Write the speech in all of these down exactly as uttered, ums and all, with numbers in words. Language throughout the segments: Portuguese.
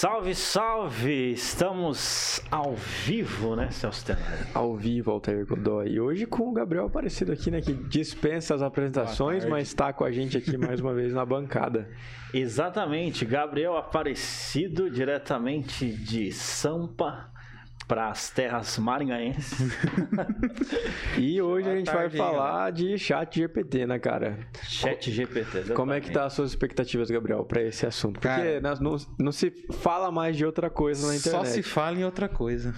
Salve, salve! Estamos ao vivo, né, Celso Tenório? Ao vivo, Altair Godoy. E hoje com o Gabriel Aparecido aqui, né, que dispensa as apresentações, mas está com a gente aqui mais uma vez na bancada. Exatamente, Gabriel Aparecido, diretamente de Sampa para as terras maringaenses. E hoje Boa a gente tarde, vai falar de chat G P T, né, cara? Chat G P T, exatamente. Como é que tá as suas expectativas, Gabriel, para esse assunto? Porque cara, não, não, não se fala mais de outra coisa na internet. Só se fala em outra coisa.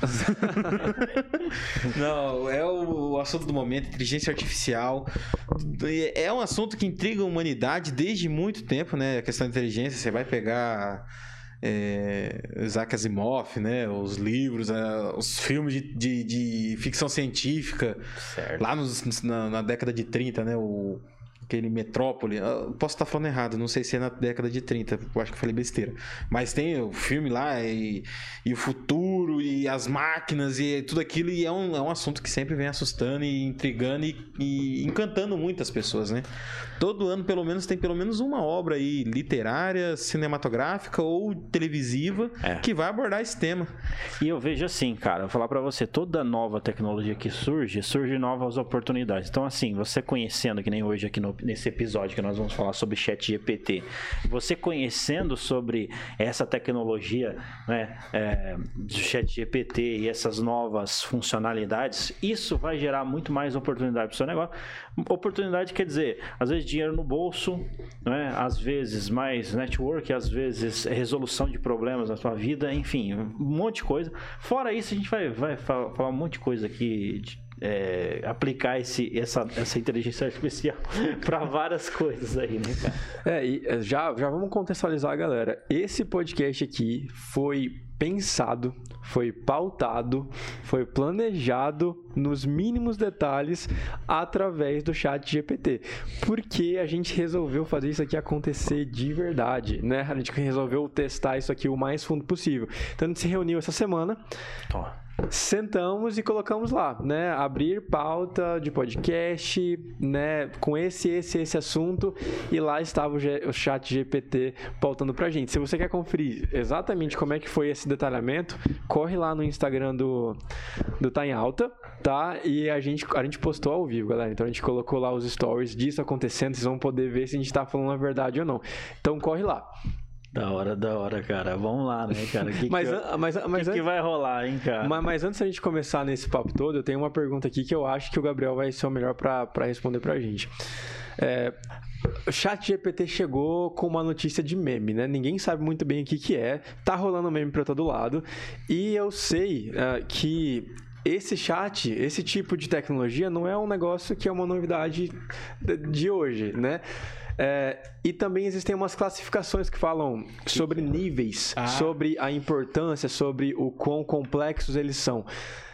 Não, é o, o assunto do momento, inteligência artificial. É um assunto que intriga a humanidade desde muito tempo, né? A questão da inteligência, você vai pegar... É, Isaac Asimov, né? Os livros, é, os filmes de, de, de ficção científica, certo. Lá nos, na, na década de trinta, né? O, aquele Metrópole, eu posso estar falando errado, não sei se é na década de trinta, eu acho que eu falei besteira, mas tem o filme lá e, e o futuro e as máquinas e tudo aquilo, e é um, é um assunto que sempre vem assustando e intrigando e, e encantando muitas pessoas, né? Todo ano, pelo menos, tem pelo menos uma obra aí literária, cinematográfica ou televisiva é. que vai abordar esse tema. E eu vejo assim, cara, vou falar pra você, toda nova tecnologia que surge, surge novas oportunidades. Então, assim, você conhecendo, que nem hoje aqui no, nesse episódio que nós vamos falar sobre chat G P T, você conhecendo sobre essa tecnologia, né, é, do chat G P T e essas novas funcionalidades, isso vai gerar muito mais oportunidade pro seu negócio. Oportunidade quer dizer, às vezes dinheiro no bolso, né? Às vezes mais network, às vezes resolução de problemas na sua vida, enfim, um monte de coisa. Fora isso, a gente vai, vai falar um monte de coisa aqui, de, é, aplicar esse, essa, essa inteligência artificial para várias coisas aí, né, cara? É, e já, já vamos contextualizar a galera. Esse podcast aqui foi pensado, foi pautado, foi planejado nos mínimos detalhes através do chat G P T, porque a gente resolveu fazer isso aqui acontecer de verdade, né? A gente resolveu testar isso aqui o mais fundo possível. Então a gente se reuniu essa semana, oh. sentamos e colocamos lá, né? Abrir pauta de podcast, né? Com esse, esse, esse assunto, e lá estava o, G, o chat G P T pautando pra gente. Se você quer conferir exatamente como é que foi esse detalhamento, corre lá no Instagram do, do Tá em Alta, tá? E a gente, a gente postou ao vivo, galera. Então a gente colocou lá os stories disso acontecendo, vocês vão poder ver se a gente tá falando a verdade ou não. Então corre lá. Da hora, da hora, cara. Vamos lá, né, cara? Que mas que, an- mas, mas que, antes... que vai rolar, hein, cara? Mas, mas antes da gente começar nesse papo todo, eu tenho uma pergunta aqui que eu acho que o Gabriel vai ser o melhor pra, pra responder pra gente. É... O chat G P T chegou com uma notícia de meme, né? Ninguém sabe muito bem o que que é. Tá rolando meme pra todo lado. E eu sei uh, que esse chat, esse tipo de tecnologia não é um negócio que é uma novidade de hoje, né? É, e também existem umas classificações que falam sobre níveis, ah. sobre a importância, sobre o quão complexos eles são.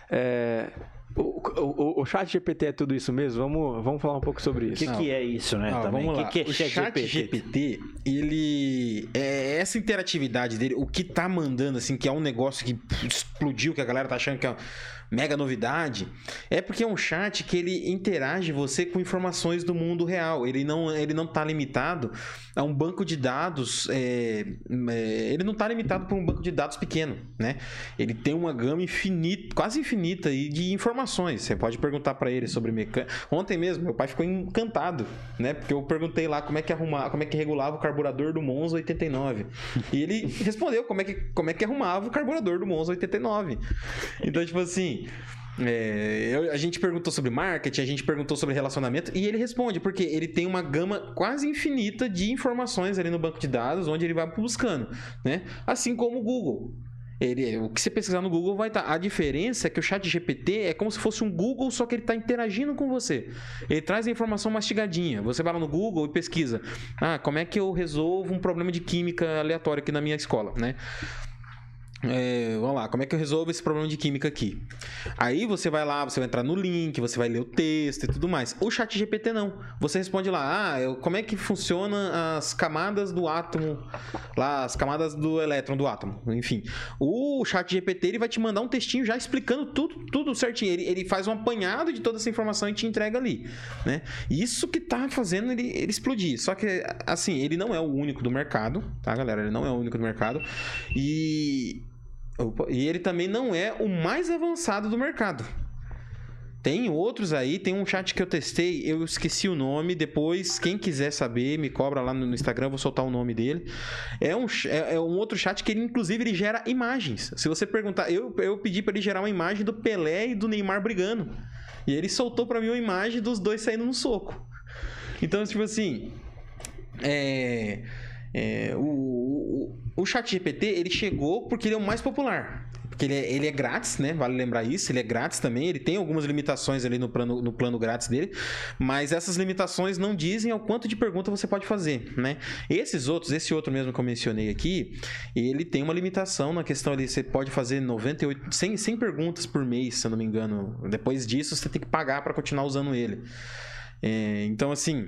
É... O, o, o chat G P T é tudo isso mesmo? Vamos, vamos falar um pouco sobre isso. O que, que é isso, né? Não, também. Vamos lá. O que, que é o chat, chat G P T, ele... É essa interatividade dele, o que tá mandando, assim, que é um negócio que explodiu, que a galera tá achando que é uma mega novidade, é porque é um chat que ele interage você com informações do mundo real. Ele não, ele não tá limitado a um banco de dados... É, é, ele não tá limitado por um banco de dados pequeno, né? Ele tem uma gama infinita, quase infinita aí de informações. Você pode perguntar para ele sobre mecânica. Ontem mesmo, meu pai ficou encantado, né? Porque eu perguntei lá como é que arrumava, como é que regulava o carburador do Monza oitenta e nove. E ele respondeu como é que, como é que arrumava o carburador do Monza oitenta e nove. Então, tipo assim... É, eu, a gente perguntou sobre marketing, a gente perguntou sobre relacionamento e ele responde, porque ele tem uma gama quase infinita de informações ali no banco de dados, onde ele vai buscando, né? Assim como o Google. Ele, o que você pesquisar no Google vai estar. A diferença é que o chat G P T é como se fosse um Google, só que ele está interagindo com você. Ele traz a informação mastigadinha. Você vai lá no Google e pesquisa. Ah, como é que eu resolvo um problema de química aleatório aqui na minha escola, né? É, vamos lá, como é que eu resolvo esse problema de química aqui? Aí você vai lá, você vai entrar no link, você vai ler o texto e tudo mais. O chat G P T não. Você responde lá, ah, eu, como é que funciona as camadas do átomo, lá, as camadas do elétron do átomo, enfim. O chat G P T ele vai te mandar um textinho já explicando tudo, tudo certinho. Ele, ele faz um apanhado de toda essa informação e te entrega ali, né? Isso que tá fazendo ele, ele explodir. Só que, assim, ele não é o único do mercado, tá, galera? Ele não é o único do mercado. E... E ele também não é o mais avançado do mercado. Tem outros aí, tem um chat que eu testei, eu esqueci o nome, depois, quem quiser saber, me cobra lá no Instagram, eu vou soltar o nome dele. É um, é, é um outro chat que ele, inclusive, ele gera imagens. Se você perguntar, eu, eu pedi para ele gerar uma imagem do Pelé e do Neymar brigando. E ele soltou para mim uma imagem dos dois saindo no soco. Então, tipo assim, é... É, o, o, o chat G P T ele chegou porque ele é o mais popular, porque ele é, ele é grátis, né? Vale lembrar isso, ele é grátis também, ele tem algumas limitações ali no plano, no plano grátis dele, mas essas limitações não dizem ao quanto de pergunta você pode fazer, né? Esses outros, esse outro mesmo que eu mencionei aqui, ele tem uma limitação na questão ali, você pode fazer noventa e oito, cem, cem perguntas por mês, se eu não me engano. Depois disso você tem que pagar para continuar usando ele. É, então assim,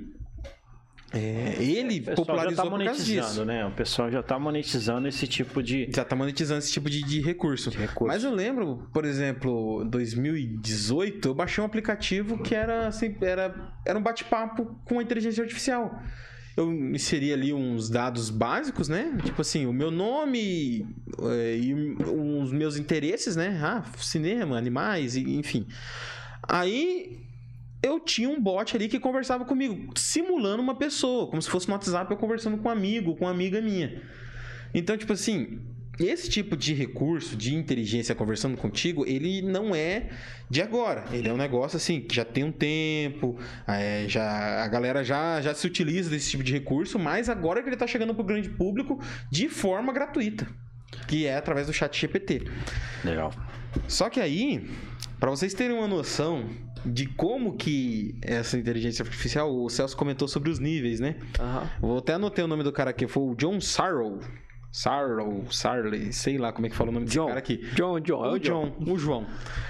É, ele popularizou tá por causa disso. Né? O pessoal já está monetizando esse tipo de... Já está monetizando esse tipo de, de, recurso. de recurso. Mas eu lembro, por exemplo, em dois mil e dezoito, eu baixei um aplicativo que era, assim, era, era um bate-papo com a inteligência artificial. Eu inseri ali uns dados básicos, né? Tipo assim, o meu nome é, e os meus interesses, né? Ah, cinema, animais, enfim. Aí... eu tinha um bot ali que conversava comigo, simulando uma pessoa, como se fosse no WhatsApp eu conversando com um amigo, com uma amiga minha. Então, tipo assim, esse tipo de recurso de inteligência conversando contigo, ele não é de agora. Ele é um negócio assim, que já tem um tempo, é, já, a galera já, já se utiliza desse tipo de recurso, mas agora que ele está chegando para o grande público de forma gratuita, que é através do chat G P T. Legal. Só que aí, para vocês terem uma noção de como que essa inteligência artificial, o Celso comentou sobre os níveis, né? Uhum. Vou até anotei o nome do cara aqui, foi o John Sarrow. Sarrow, Sarley, sei lá como é que fala o nome John, desse cara aqui. John, John, o John, o João.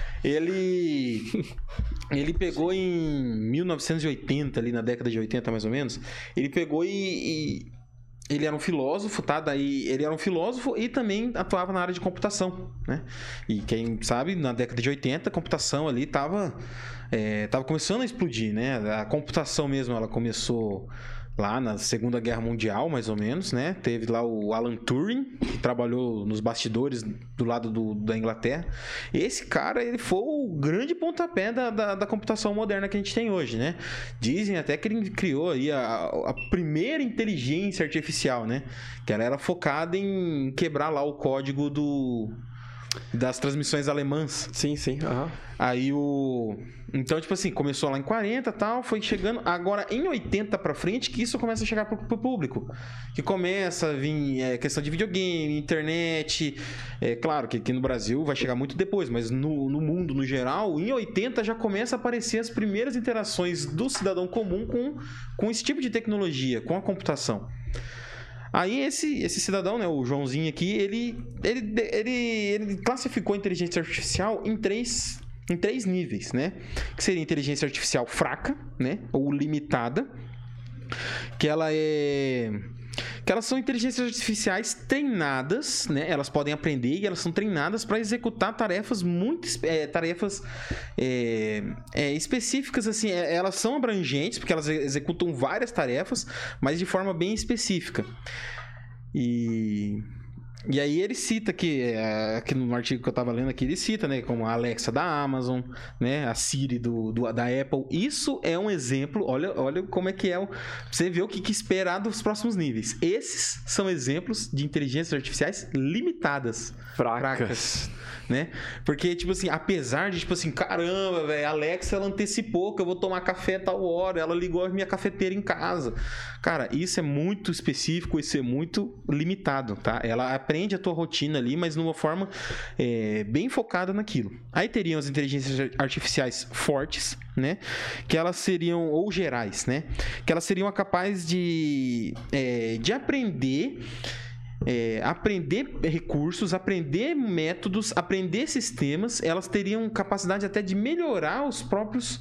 Ele ele pegou em mil novecentos e oitenta, ali na década de oitenta mais ou menos, ele pegou e, e ele era um filósofo, tá? Daí ele era um filósofo e também atuava na área de computação, né? E quem sabe, na década de oitenta, a computação ali tava, é, tava começando a explodir, né? A computação mesmo, ela começou lá na Segunda Guerra Mundial, mais ou menos, né? Teve lá o Alan Turing, que trabalhou nos bastidores do lado do, da Inglaterra. Esse cara, ele foi o grande pontapé da, da, da computação moderna que a gente tem hoje, né? Dizem até que ele criou aí a, a primeira inteligência artificial, né? Que ela era focada em quebrar lá o código do... das transmissões alemãs. Sim, sim. Uhum. Aí o... Então, tipo assim, começou lá em quarenta e tal, foi chegando... Agora, em oitenta pra frente, que isso começa a chegar pro, pro público. Que começa a vir é, questão de videogame, internet... É claro que aqui no Brasil vai chegar muito depois, mas no, no mundo, no geral, em oitenta já começa a aparecer as primeiras interações do cidadão comum com, com esse tipo de tecnologia, com a computação. Aí esse, esse cidadão, né, o Joãozinho aqui, ele, ele, ele, ele classificou a inteligência artificial em três, em três níveis, né? Que seria a inteligência artificial fraca, né? Ou limitada. Que ela é... Que elas são inteligências artificiais treinadas, né? Elas podem aprender e elas são treinadas para executar tarefas muito... É, tarefas é, é, específicas, assim. É, elas são abrangentes, porque elas executam várias tarefas, mas de forma bem específica. E... E aí ele cita que, aqui no artigo que eu estava lendo aqui, ele cita, né, como a Alexa da Amazon, né, a Siri do, do, da Apple. Isso é um exemplo, olha, olha como é que é, você vê o que, que esperar dos próximos níveis. Esses são exemplos de inteligências artificiais limitadas. Fracas. fracas. Né? Porque, tipo assim, apesar de, tipo assim, caramba, velho, a Alexa, ela antecipou que eu vou tomar café a tal hora, ela ligou a minha cafeteira em casa. Cara, isso é muito específico, isso é muito limitado, tá? Ela aprende a tua rotina ali, mas numa forma é, bem focada naquilo. Aí teriam as inteligências artificiais fortes, né? Que elas seriam, ou gerais, né? Que elas seriam capazes de, é, de aprender... é, aprender recursos, aprender métodos, aprender sistemas, elas teriam capacidade até de melhorar os próprios...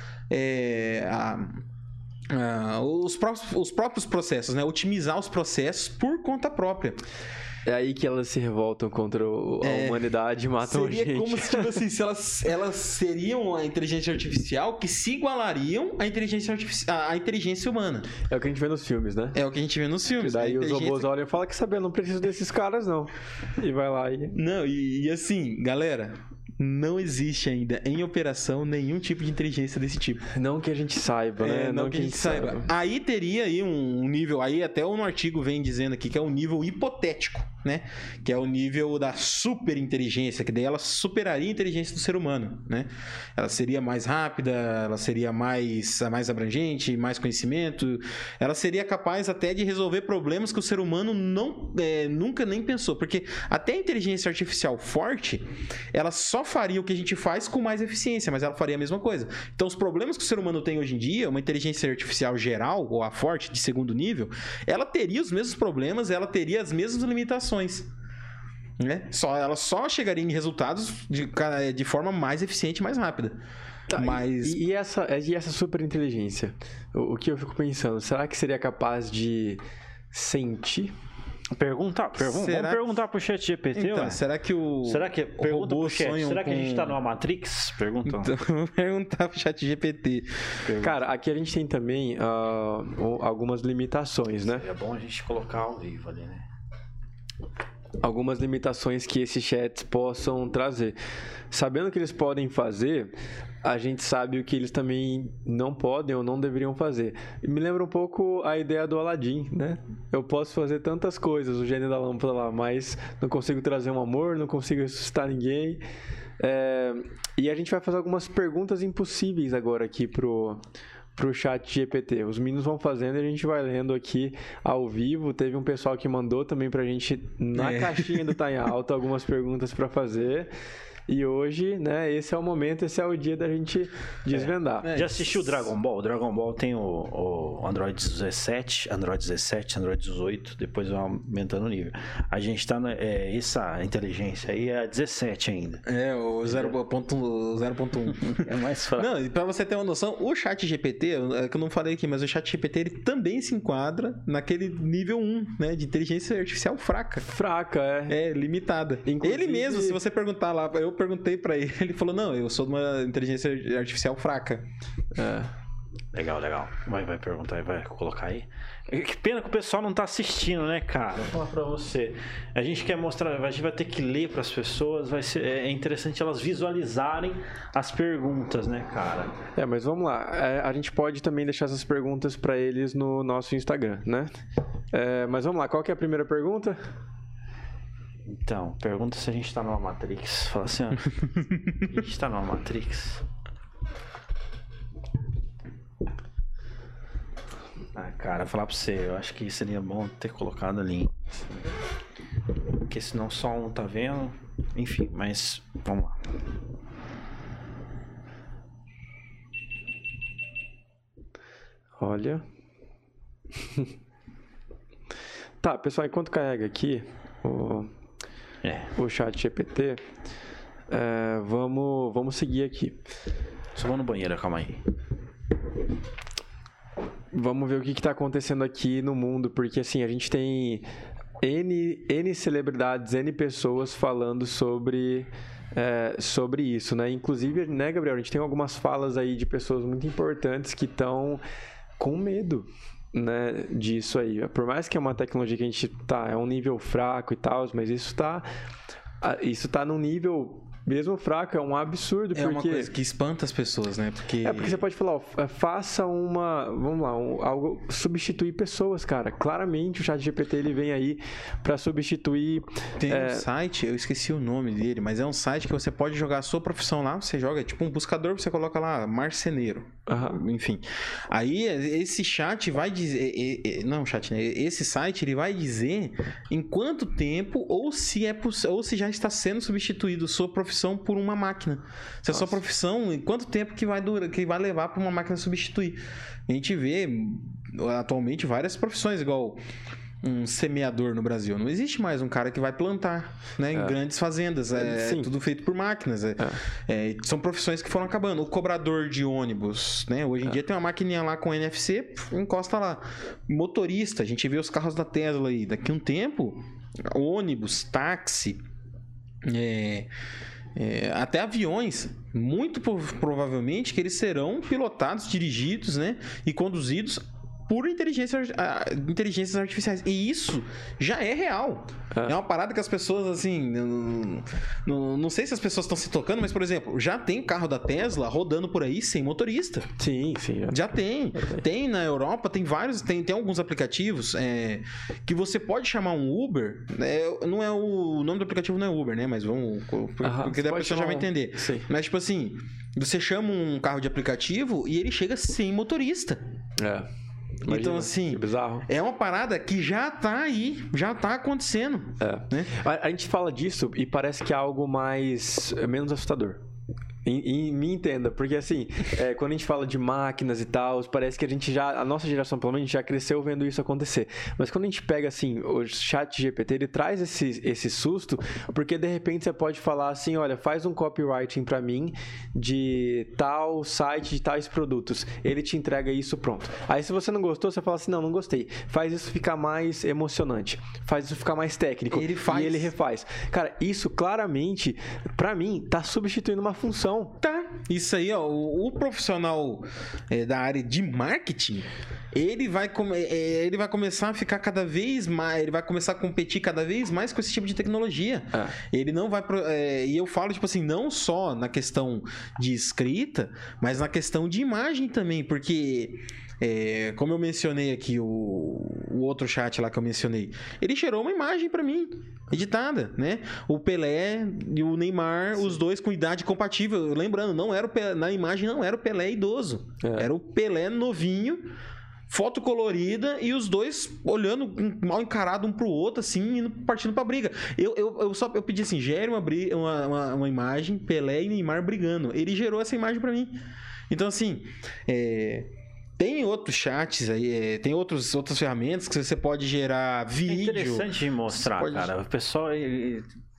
É, a, a, os, próprios os próprios processos, né? Otimizar os processos por conta própria. É aí que elas se revoltam contra o, a é, humanidade e matam seria gente. Como se, tipo assim, se elas, elas seriam a inteligência artificial que se igualariam à inteligência, artificial, à inteligência humana. É o que a gente vê nos filmes, né? É o que a gente vê nos filmes. E daí inteligência... os robôs olham e falam que saber, eu não preciso desses caras, não. E vai lá e... Não, e, e assim, galera... Não existe ainda em operação nenhum tipo de inteligência desse tipo. Não que a gente saiba, né? É, não, não que a gente saiba. saiba. Aí teria aí um nível, aí até no artigo vem dizendo aqui que é um nível hipotético, né? Que é o nível da super inteligência, que daí ela superaria a inteligência do ser humano, né? Ela seria mais rápida, ela seria mais, mais abrangente, mais conhecimento. Ela seria capaz até de resolver problemas que o ser humano não, é, nunca nem pensou. Porque até a inteligência artificial forte, ela só faria o que a gente faz com mais eficiência, mas ela faria a mesma coisa. Então, os problemas que o ser humano tem hoje em dia, uma inteligência artificial geral, ou a forte, de segundo nível, ela teria os mesmos problemas, ela teria as mesmas limitações. Né? Só, ela só chegaria em resultados de, de forma mais eficiente e mais rápida. Tá, mas... e, e, essa, e essa super inteligência? O, o que eu fico pensando, será que seria capaz de sentir? Perguntar, pergunta, será... vamos perguntar pro chat G P T, então, ué. Será que o Será que o pergunta pro chat, será que com... a gente tá numa Matrix? Pergunta. Então, vamos perguntar pro chat G P T. Pergunta. Cara, aqui a gente tem também uh, algumas limitações, né? É bom a gente colocar ao vivo ali, né? Algumas limitações que esses chats possam trazer. Sabendo o que eles podem fazer, a gente sabe o que eles também não podem ou não deveriam fazer. E me lembra um pouco a ideia do Aladdin, né? Eu posso fazer tantas coisas, o gênio da lâmpada lá, mas não consigo trazer um amor, não consigo ressuscitar ninguém. É... E a gente vai fazer algumas perguntas impossíveis agora aqui pro... pro chat G P T. Os meninos vão fazendo e a gente vai lendo aqui ao vivo. Teve um pessoal que mandou também pra gente na é. caixinha do Tá em Alta algumas perguntas pra fazer. E hoje, né, esse é o momento, esse é o dia da gente desvendar. É. Já assistiu o Dragon Ball? O Dragon Ball tem o, o Android dezessete, Android dezessete, Android dezoito, depois vai aumentando o nível. A gente tá, na, é, essa inteligência aí é dezessete ainda. É, o zero ponto um. É mais fácil. Não, e pra você ter uma noção, o chat G P T, é que eu não falei aqui, mas o chat G P T, ele também se enquadra naquele nível um, né, de inteligência artificial fraca. Fraca, é. É, limitada. Inclusive... Ele mesmo, se você perguntar lá, eu perguntei pra ele, ele falou, não, eu sou de uma inteligência artificial fraca. É. Legal, legal. Vai, vai perguntar e vai colocar aí. Que pena que o pessoal não tá assistindo, né, cara? Vou falar pra você. A gente quer mostrar, a gente vai ter que ler pras pessoas, vai ser, é interessante elas visualizarem as perguntas, né, cara? É, mas vamos lá. É, a gente pode também deixar essas perguntas pra eles no nosso Instagram, né? É, mas vamos lá, qual que é a primeira pergunta? Então, pergunta se a gente tá numa Matrix. Fala assim, ó. A gente tá numa Matrix? Ah, cara, falar pra você, eu acho que seria bom ter colocado ali. Porque senão só um tá vendo. Enfim, mas vamos lá. Olha. Tá, pessoal, enquanto carrega aqui o, é. o chat G P T, é, vamos, vamos seguir aqui. Só vou no banheiro, calma aí. Vamos ver o que está acontecendo aqui no mundo, porque assim, a gente tem N, N celebridades, N pessoas falando sobre, é, sobre isso, né? Inclusive, né, Gabriel, a gente tem algumas falas aí de pessoas muito importantes que estão com medo, né, disso aí. Por mais que é uma tecnologia que a gente tá, é um nível fraco e tal, mas isso tá, isso tá num nível... Mesmo fraco, é um absurdo, é porque... uma coisa que espanta as pessoas, né? Porque... É, porque você pode falar, ó, faça uma... Vamos lá, um, algo... Substituir pessoas, cara. Claramente o chat G P T, ele vem aí pra substituir... Tem é... um site, eu esqueci o nome dele, mas é um site que você pode jogar a sua profissão lá, você joga, é tipo um buscador, você coloca lá, marceneiro. Uhum. Enfim. Aí, esse chat vai dizer... Não, chat, né? Esse site, ele vai dizer em quanto tempo, ou se, é poss... ou se já está sendo substituído sua profissão por uma máquina. Se a sua profissão, em quanto tempo que vai durar, que vai levar para uma máquina substituir? A gente vê atualmente várias profissões, igual um semeador no Brasil. Não existe mais um cara que vai plantar, né? Em É. grandes fazendas. É, Sim. tudo feito por máquinas. É, é, são profissões que foram acabando. O cobrador de ônibus, né? Hoje em É. dia tem uma maquininha lá com N F C, pf, encosta lá. Motorista, a gente vê os carros da Tesla aí. Daqui a um tempo, ônibus, táxi, é, é, até aviões, muito prov- provavelmente que eles serão pilotados, dirigidos, né? E conduzidos por inteligência, ah, inteligências artificiais. E isso já é real. É. é uma parada que as pessoas, assim... Não, não, não sei se as pessoas estão se tocando, mas, por exemplo, já tem carro da Tesla rodando por aí sem motorista. Sim, sim. Já, já tem. tem. Tem na Europa, tem vários... Tem, tem alguns aplicativos é, que você pode chamar um Uber. É, não é o, o nome do aplicativo não é Uber, né? Mas vamos... Porque Aham, daí a pessoa já vai entender. Um... Sim. Mas, tipo assim... Você chama um carro de aplicativo e ele chega sem motorista. É. Imagina, então, assim, que bizarro. É uma parada que já tá aí, já tá acontecendo. É. Né? A, a gente fala disso e parece que é algo mais é menos assustador. E, e me entenda, porque assim, é, quando a gente fala de máquinas e tal, parece que a gente já, a nossa geração pelo menos, já cresceu vendo isso acontecer. Mas quando a gente pega assim, o chat G P T, ele traz esse, esse susto, porque de repente você pode falar assim, olha, faz um copywriting pra mim de tal site, de tais produtos. Ele te entrega isso pronto. Aí se você não gostou, você fala assim, não, não gostei. Faz isso ficar mais emocionante. Faz isso ficar mais técnico. Ele faz. E ele refaz. Cara, isso claramente, pra mim, tá substituindo uma função. Tá. Isso aí, ó, o, o profissional é, da área de marketing, ele vai, come, é, ele vai começar a ficar cada vez mais, ele vai começar a competir cada vez mais com esse tipo de tecnologia. É. Ele não vai, é, e eu falo, tipo assim, não só na questão de escrita, mas na questão de imagem também, porque... É, como eu mencionei aqui, o, o outro chat lá que eu mencionei, ele gerou uma imagem pra mim, editada, né? O Pelé e o Neymar, Sim. os dois com idade compatível. Lembrando, não era o Pelé, na imagem não era o Pelé idoso, é. era o Pelé novinho, foto colorida e os dois olhando mal encarado um pro outro, assim, indo, partindo pra briga. Eu, eu, eu só eu pedi assim, gere uma, uma, uma, uma imagem, Pelé e Neymar brigando. Ele gerou essa imagem pra mim. Então, assim, é... tem outros chats aí, é, tem outros, outras ferramentas que você pode gerar vídeo. É interessante de mostrar, pode... cara. O pessoal ele,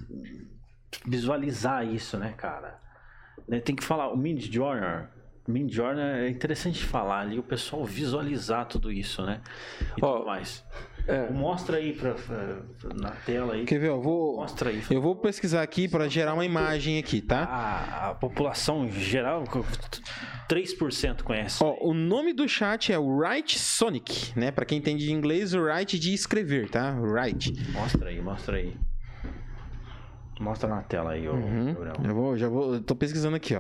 visualizar isso, né, cara? Tem que falar, o Midjourney, Midjourney é interessante de falar ali, o pessoal visualizar tudo isso, né? E oh, tudo mais. É. Mostra aí pra, pra, na tela aí. Quer ver? Eu vou, Mostra aí. Eu vou pesquisar aqui para gerar uma imagem aqui, tá? A, a população geral, três por cento conhece. Ó, o nome do chat é o Write Sonic, né? Para quem entende de inglês, o Write de escrever, tá? Write. Mostra aí, mostra aí. Mostra na tela aí, uhum. Gabriel. Eu vou, já vou, eu tô pesquisando aqui, ó.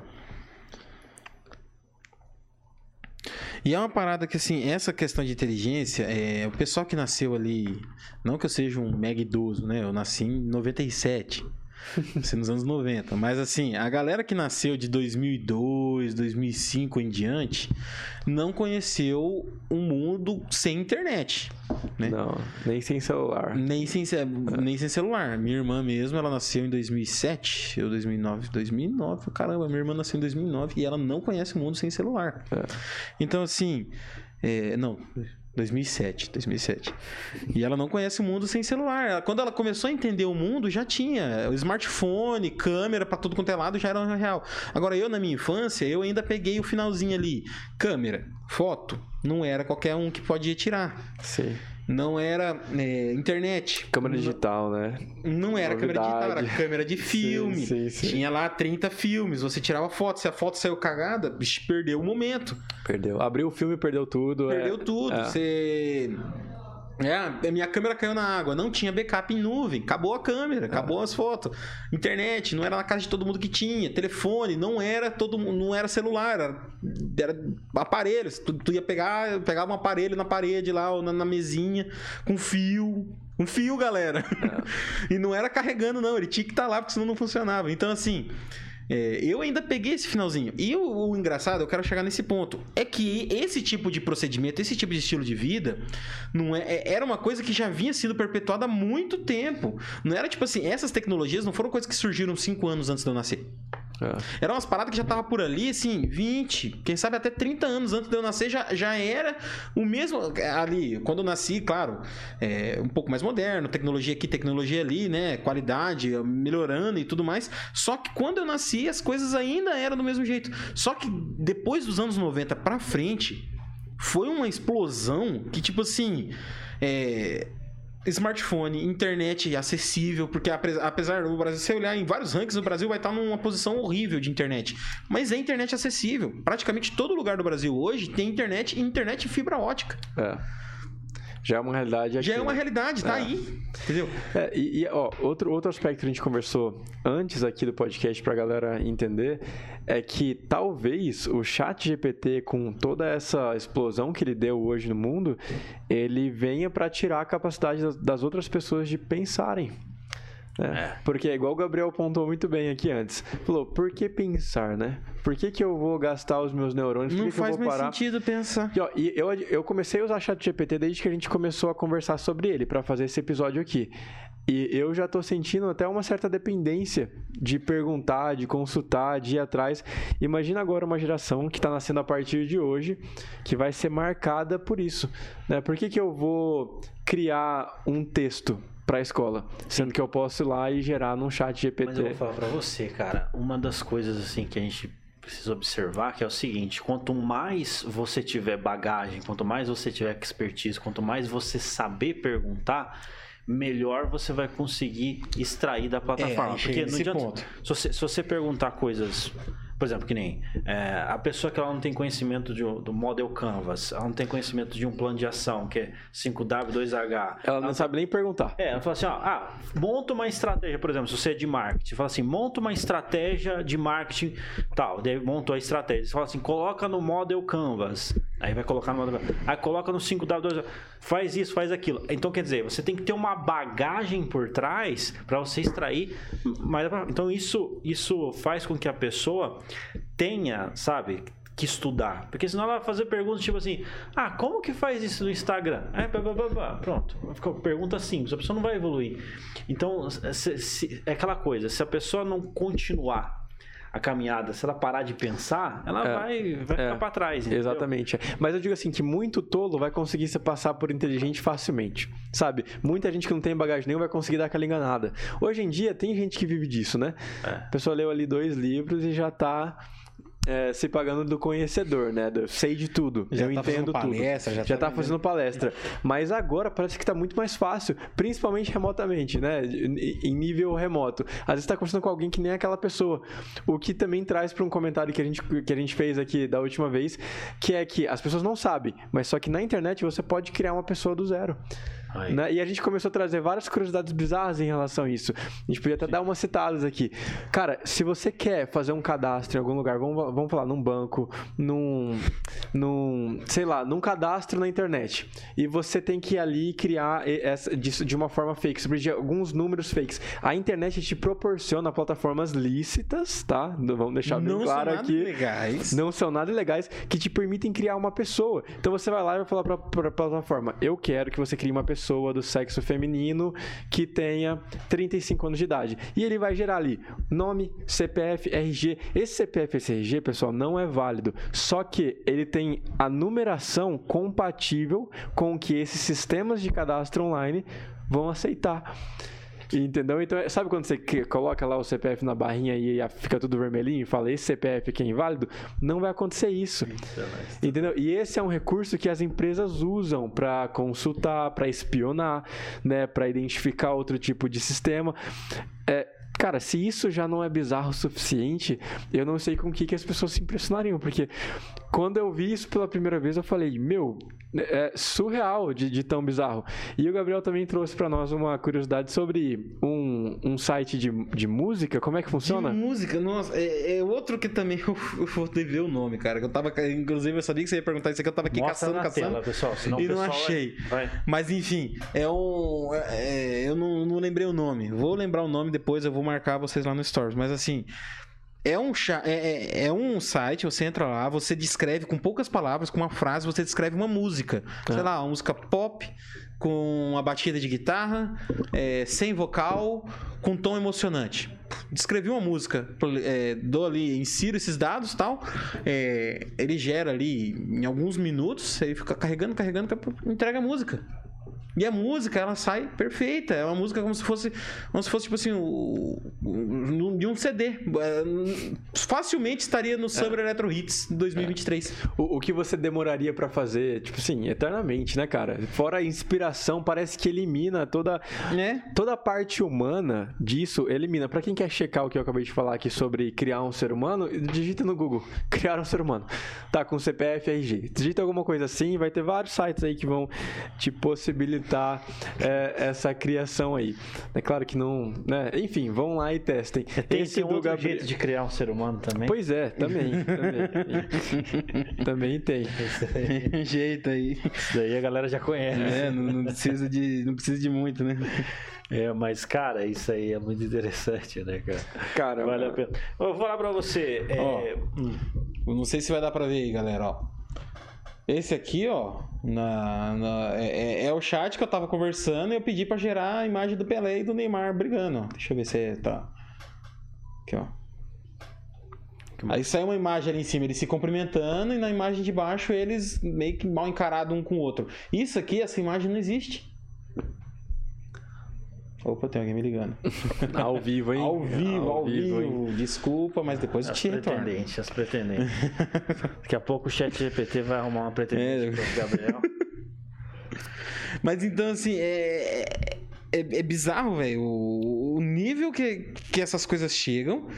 E é uma parada que, assim, essa questão de inteligência, é, o pessoal que nasceu ali, não que eu seja um mega idoso, né? Eu nasci em noventa e sete, nasci nos anos noventa, mas, assim, a galera que nasceu de dois mil e dois, dois mil e cinco em diante, não conheceu um mundo sem internet, né? Não, nem sem celular. Nem sem, nem sem celular. Minha irmã mesmo, ela nasceu em dois mil e sete, eu dois mil e nove. dois mil e nove, caramba, minha irmã nasceu em dois mil e nove e ela não conhece o mundo sem celular. É. Então, assim, é, não, dois mil e sete, dois mil e sete. E ela não conhece o mundo sem celular. Ela, quando ela começou a entender o mundo, já tinha o smartphone, câmera pra tudo quanto é lado, já era real. Agora, eu, na minha infância, eu ainda peguei o finalzinho ali. Câmera, foto, não era qualquer um que podia tirar. Sim. Não era é, internet. Câmera digital, né? Não era Novidade. câmera digital, era câmera de filme. Sim, sim, sim. Tinha lá trinta filmes, você tirava foto. Se a foto saiu cagada, bicho, perdeu o momento. Perdeu. Abriu o filme, perdeu tudo. Perdeu é... tudo. É. Você... É, a minha câmera caiu na água, não tinha backup em nuvem, acabou a câmera, acabou ah. as fotos. Internet, não era na casa de todo mundo que tinha. Telefone, não era todo não era celular, era, era aparelho. Tu, tu ia pegar, pegava um aparelho na parede lá, ou na, na mesinha, com fio. Um fio, galera. É. E não era carregando, não, ele tinha que estar lá, porque senão não funcionava. Então, assim... É, eu ainda peguei esse finalzinho. E o, o engraçado, eu quero chegar nesse ponto, é que esse tipo de procedimento, esse tipo de estilo de vida, não é, era uma coisa que já vinha sido perpetuada há muito tempo. Não era tipo assim, essas tecnologias não foram coisas que surgiram cinco anos antes de eu nascer. É. Eram umas paradas que já tava por ali, assim, vinte, quem sabe até trinta anos antes de eu nascer, já, já era o mesmo ali. Quando eu nasci, claro, é, um pouco mais moderno, tecnologia aqui, tecnologia ali, né? Qualidade, melhorando e tudo mais. Só que quando eu nasci, as coisas ainda eram do mesmo jeito. Só que depois dos anos noventa pra frente, foi uma explosão que, tipo assim, é... smartphone, internet acessível, porque apesar do Brasil, se você olhar em vários rankings, o Brasil vai estar numa posição horrível de internet, mas é internet acessível. Praticamente todo lugar do Brasil hoje tem internet e internet e fibra ótica. É. Já é uma realidade aqui. Já é uma né? realidade, tá é. aí. Entendeu? É, e, e ó, outro, outro aspecto que a gente conversou antes aqui do podcast pra galera entender é que talvez o chat G P T, com toda essa explosão que ele deu hoje no mundo, ele venha para tirar a capacidade das, das outras pessoas de pensarem. Né? É. Porque é igual o Gabriel pontuou muito bem aqui antes. Falou, por que pensar, né? Por que, que eu vou gastar os meus neurônios? Por Não que faz que eu vou mais parar? sentido pensar. E, ó, e eu, eu comecei a usar chat G P T desde que a gente começou a conversar sobre ele, para fazer esse episódio aqui. E eu já tô sentindo até uma certa dependência de perguntar, de consultar, de ir atrás. Imagina agora uma geração que está nascendo a partir de hoje, que vai ser marcada por isso. Né? Por que, que eu vou criar um texto para a escola, sendo que eu posso ir lá e gerar num chat G P T? Mas eu vou falar para você, cara, uma das coisas assim que a gente precisa observar que é o seguinte: quanto mais você tiver bagagem, quanto mais você tiver expertise, quanto mais você saber perguntar, melhor você vai conseguir extrair da plataforma. É, porque não adianta, ponto. Se, você, se você perguntar coisas, por exemplo, que nem é, a pessoa que ela não tem conhecimento de, do Model Canvas, ela não tem conhecimento de um plano de ação, que é cinco W dois H. Ela não ela sabe nem perguntar. É, ela fala assim, ó, ah, monta uma estratégia, por exemplo, se você é de marketing, fala assim, monta uma estratégia de marketing tal, daí montou a estratégia, você fala assim, coloca no Model Canvas, aí vai colocar no Model Canvas, aí coloca no cinco W dois H, faz isso, faz aquilo. Então, quer dizer, você tem que ter uma bagagem por trás para você extrair mais. Então, isso, isso faz com que a pessoa tenha, sabe, que estudar. Porque senão ela vai fazer perguntas tipo assim, ah, como que faz isso no Instagram? É, blá, blá, blá, blá. Pronto. Pergunta simples, a pessoa não vai evoluir. Então, se, se, é aquela coisa, se a pessoa não continuar a caminhada, se ela parar de pensar, ela é, vai, vai é, ficar para trás. Entendeu? Exatamente. Mas eu digo assim, que muito tolo vai conseguir se passar por inteligente facilmente, sabe? Muita gente que não tem bagagem nenhuma vai conseguir dar aquela enganada. Hoje em dia, tem gente que vive disso, né? É. A pessoa leu ali dois livros e já tá... É, se pagando do conhecedor, né? Eu sei de tudo, já eu tá entendo palestra, tudo. Já, já tá, tá fazendo palestra. Mas agora parece que tá muito mais fácil, principalmente remotamente, né? Em nível remoto. Às vezes tá conversando com alguém que nem aquela pessoa. O que também traz para um comentário que a, gente, que a gente fez aqui da última vez, que é que as pessoas não sabem, mas só que na internet você pode criar uma pessoa do zero. Né? E a gente começou a trazer várias curiosidades bizarras em relação a isso. A gente podia até Sim. dar umas citadas aqui. Cara, se você quer fazer um cadastro em algum lugar, vamos, vamos falar, num banco, num, num, sei lá, num cadastro na internet, e você tem que ir ali criar essa, de, de uma forma fake, sobre alguns números fakes. A internet te proporciona plataformas lícitas, tá? Vamos deixar bem não claro são aqui. Nada legais. Não são nada ilegais, que te permitem criar uma pessoa. Então você vai lá e vai falar pra, pra plataforma, eu quero que você crie uma pessoa do sexo feminino que tenha trinta e cinco anos de idade. E ele vai gerar ali nome, C P F, R G. Esse C P F e esse R G, pessoal, não é válido. Só que ele tem a numeração compatível com o que esses sistemas de cadastro online vão aceitar. Entendeu? Então, sabe quando você coloca lá o C P F na barrinha e fica tudo vermelhinho e fala, esse C P F aqui é inválido? Não vai acontecer isso. Entendeu? E esse é um recurso que as empresas usam para consultar, para espionar, né? Para identificar outro tipo de sistema. É, cara, se isso já não é bizarro o suficiente, eu não sei com o que, que as pessoas se impressionariam, porque quando eu vi isso pela primeira vez, eu falei, meu, é surreal de, de tão bizarro. E o Gabriel também trouxe para nós uma curiosidade sobre um, um site de, de música. Como é que funciona? De música? Nossa, é, é outro que também eu, eu vou dever o nome, cara. Que eu tava, inclusive, eu sabia que você ia perguntar isso aqui, eu tava aqui Mostra caçando, caçando. Tela, pessoal, senão e o pessoal não achei. Vai, vai. Mas enfim, é um. É, eu não, não lembrei o nome. Vou lembrar o nome depois, eu vou marcar vocês lá no Stories. Mas assim. É um, cha- é, é- é um site, você entra lá, você descreve com poucas palavras, com uma frase, você descreve uma música. Sei lá, uma música pop, com uma batida de guitarra, é, sem vocal, com tom emocionante. Descrevi uma música, é, dou ali, insiro esses dados e tal, é, ele gera ali em alguns minutos, aí fica carregando, carregando, entrega a música. E a música, ela sai perfeita. É uma música como se fosse, como se fosse tipo assim, o, o, de um C D. Facilmente estaria no Summer é. Electro Hits dois mil e vinte e três. É. O, o que você demoraria pra fazer, tipo assim, eternamente, né, cara? Fora a inspiração, parece que elimina toda, é. toda a parte humana disso, elimina. Pra quem quer checar o que eu acabei de falar aqui sobre criar um ser humano, digita no Google, criar um ser humano. Tá, com C P F, R G. Digita alguma coisa assim, vai ter vários sites aí que vão te possibilitar É, essa criação aí. É claro que não, né? Enfim, vão lá e testem. Tem esse outro Gabriel... jeito de criar um ser humano também? Pois é, também. Também, também tem. Tem um jeito aí. Isso daí a galera já conhece. É, não, não, precisa de, não precisa de muito, né? É, mas, cara, isso aí é muito interessante, né, cara? Cara, vale a pena. Eu vou falar pra você. É... Ó, hum. Não sei se vai dar pra ver aí, galera, ó. Esse aqui, ó, na, na, é, é o chat que eu tava conversando e eu pedi pra gerar a imagem do Pelé e do Neymar brigando, ó. Deixa eu ver se tá... Aqui, ó. Aí sai uma imagem ali em cima, eles se cumprimentando, e na imagem de baixo eles meio que mal encarados um com o outro. Isso aqui, essa imagem não existe. Opa, tem alguém me ligando. Ao vivo, hein? Ao vivo, ao, ao vivo. vivo. Hein? Desculpa, mas depois eu te retorno. As pretendentes, as pretendentes. Daqui a pouco o chat G P T vai arrumar uma pretendente é. pro Gabriel. Mas então, assim, é, é, é bizarro, velho, o, o nível que, que essas coisas chegam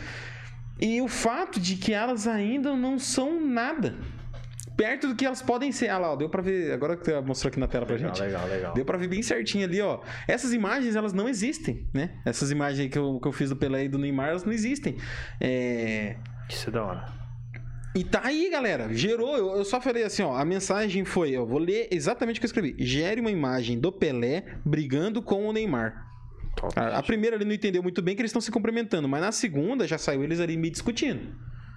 e o fato de que elas ainda não são nada. Perto do que elas podem ser. Ah lá, ó, deu pra ver. Agora que você mostrou aqui na tela pra legal, gente. Legal, legal. Deu pra ver bem certinho ali, ó. Essas imagens, elas não existem, né? Essas imagens aí que eu, que eu fiz do Pelé e do Neymar, elas não existem. É... Isso é da hora. E tá aí, galera. Gerou. Eu, eu só falei assim, ó. A mensagem foi, eu vou ler exatamente o que eu escrevi. Gere uma imagem do Pelé brigando com o Neymar. A, a primeira ele não entendeu muito bem que eles estão se cumprimentando, mas na segunda já saiu eles ali me discutindo.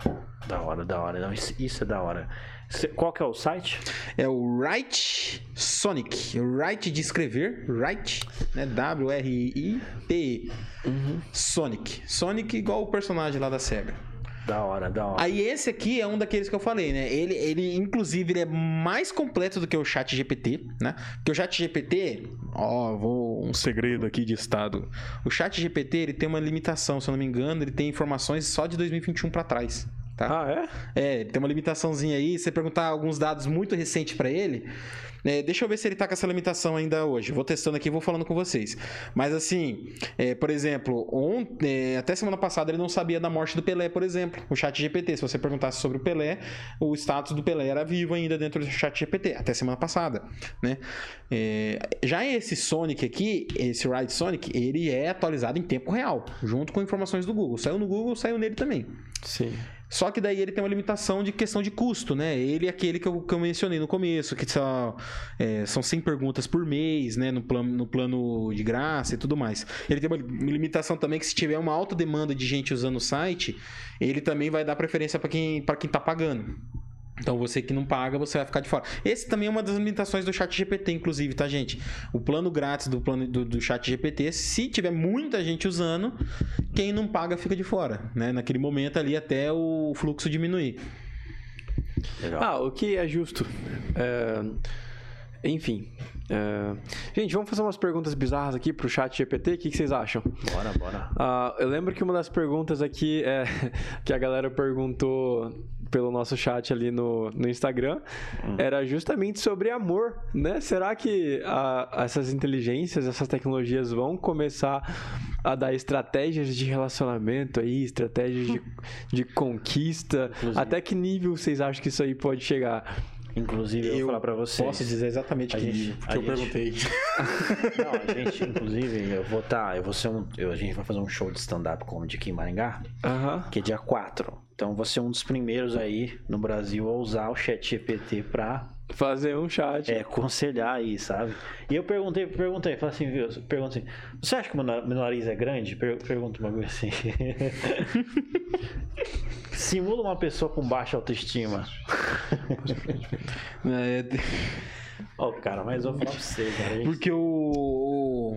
Da hora, da hora. Não, isso, isso é da hora. Qual que é o site? É o Write Sonic. Write de escrever. Write, né? W R I T E. Uhum. Sonic. Sonic igual o personagem lá da Sega. Da hora, da hora. Aí esse aqui é um daqueles que eu falei, né? Ele, ele inclusive, ele é mais completo do que o Chat G P T, né? Porque o Chat G P T, ó, vou um segredo aqui de estado. O Chat G P T, ele tem uma limitação, se eu não me engano, ele tem informações só de dois mil e vinte e um pra trás. Tá? Ah, é? É, tem uma limitaçãozinha aí. Se você perguntar alguns dados muito recentes pra ele, é, deixa eu ver se ele tá com essa limitação ainda hoje. Vou testando aqui e vou falando com vocês. Mas assim, é, por exemplo, ontem, é, até semana passada ele não sabia da morte do Pelé, por exemplo. O Chat G P T, se você perguntasse sobre o Pelé, o status do Pelé era vivo ainda dentro do Chat G P T, até semana passada, né? É, já esse Sonic aqui, esse Ride Sonic, ele é atualizado em tempo real, junto com informações do Google. Saiu no Google, saiu nele também. Sim. Só que daí ele tem uma limitação de questão de custo, né? Ele é aquele que eu, que eu mencionei no começo, que só, é, são cem perguntas por mês, né? No plano, no plano de graça e tudo mais. Ele tem uma limitação também que se tiver uma alta demanda de gente usando o site, ele também vai dar preferência para quem, para quem tá pagando. Então, você que não paga, você vai ficar de fora. Esse também é uma das limitações do Chat G P T, inclusive, tá, gente? O plano grátis do, plano, do, do Chat G P T, se tiver muita gente usando, quem não paga fica de fora, né? Naquele momento ali, até o fluxo diminuir. Legal. Ah, o que é justo. É... Enfim. É... Gente, vamos fazer umas perguntas bizarras aqui pro Chat G P T. O que, que vocês acham? Bora, bora. Ah, eu lembro que uma das perguntas aqui é que a galera perguntou pelo nosso chat ali no, no Instagram hum. era justamente sobre amor, né? Será que a, essas inteligências, essas tecnologias vão começar a dar estratégias de relacionamento aí, estratégias de, de conquista? Inclusive. Até que nível vocês acham que isso aí pode chegar? Inclusive, eu vou falar pra vocês. Posso dizer exatamente o que, gente, que eu gente... perguntei. Não, a gente, inclusive, eu vou tá, eu vou ser um. Eu, a gente vai fazer um show de stand-up comedy aqui em Maringá, uh-huh. que é dia quatro. Então, vou ser um dos primeiros aí no Brasil a usar o Chat G P T pra Fazer um chat. É, aconselhar aí, sabe? E eu perguntei, perguntei, falei assim, viu? Perguntei, você acha que meu nariz é grande? Per pergunta uma coisa assim. Simula uma pessoa com baixa autoestima. É... Ó, oh, cara, mas eu vou falar pra você, cara. Porque o...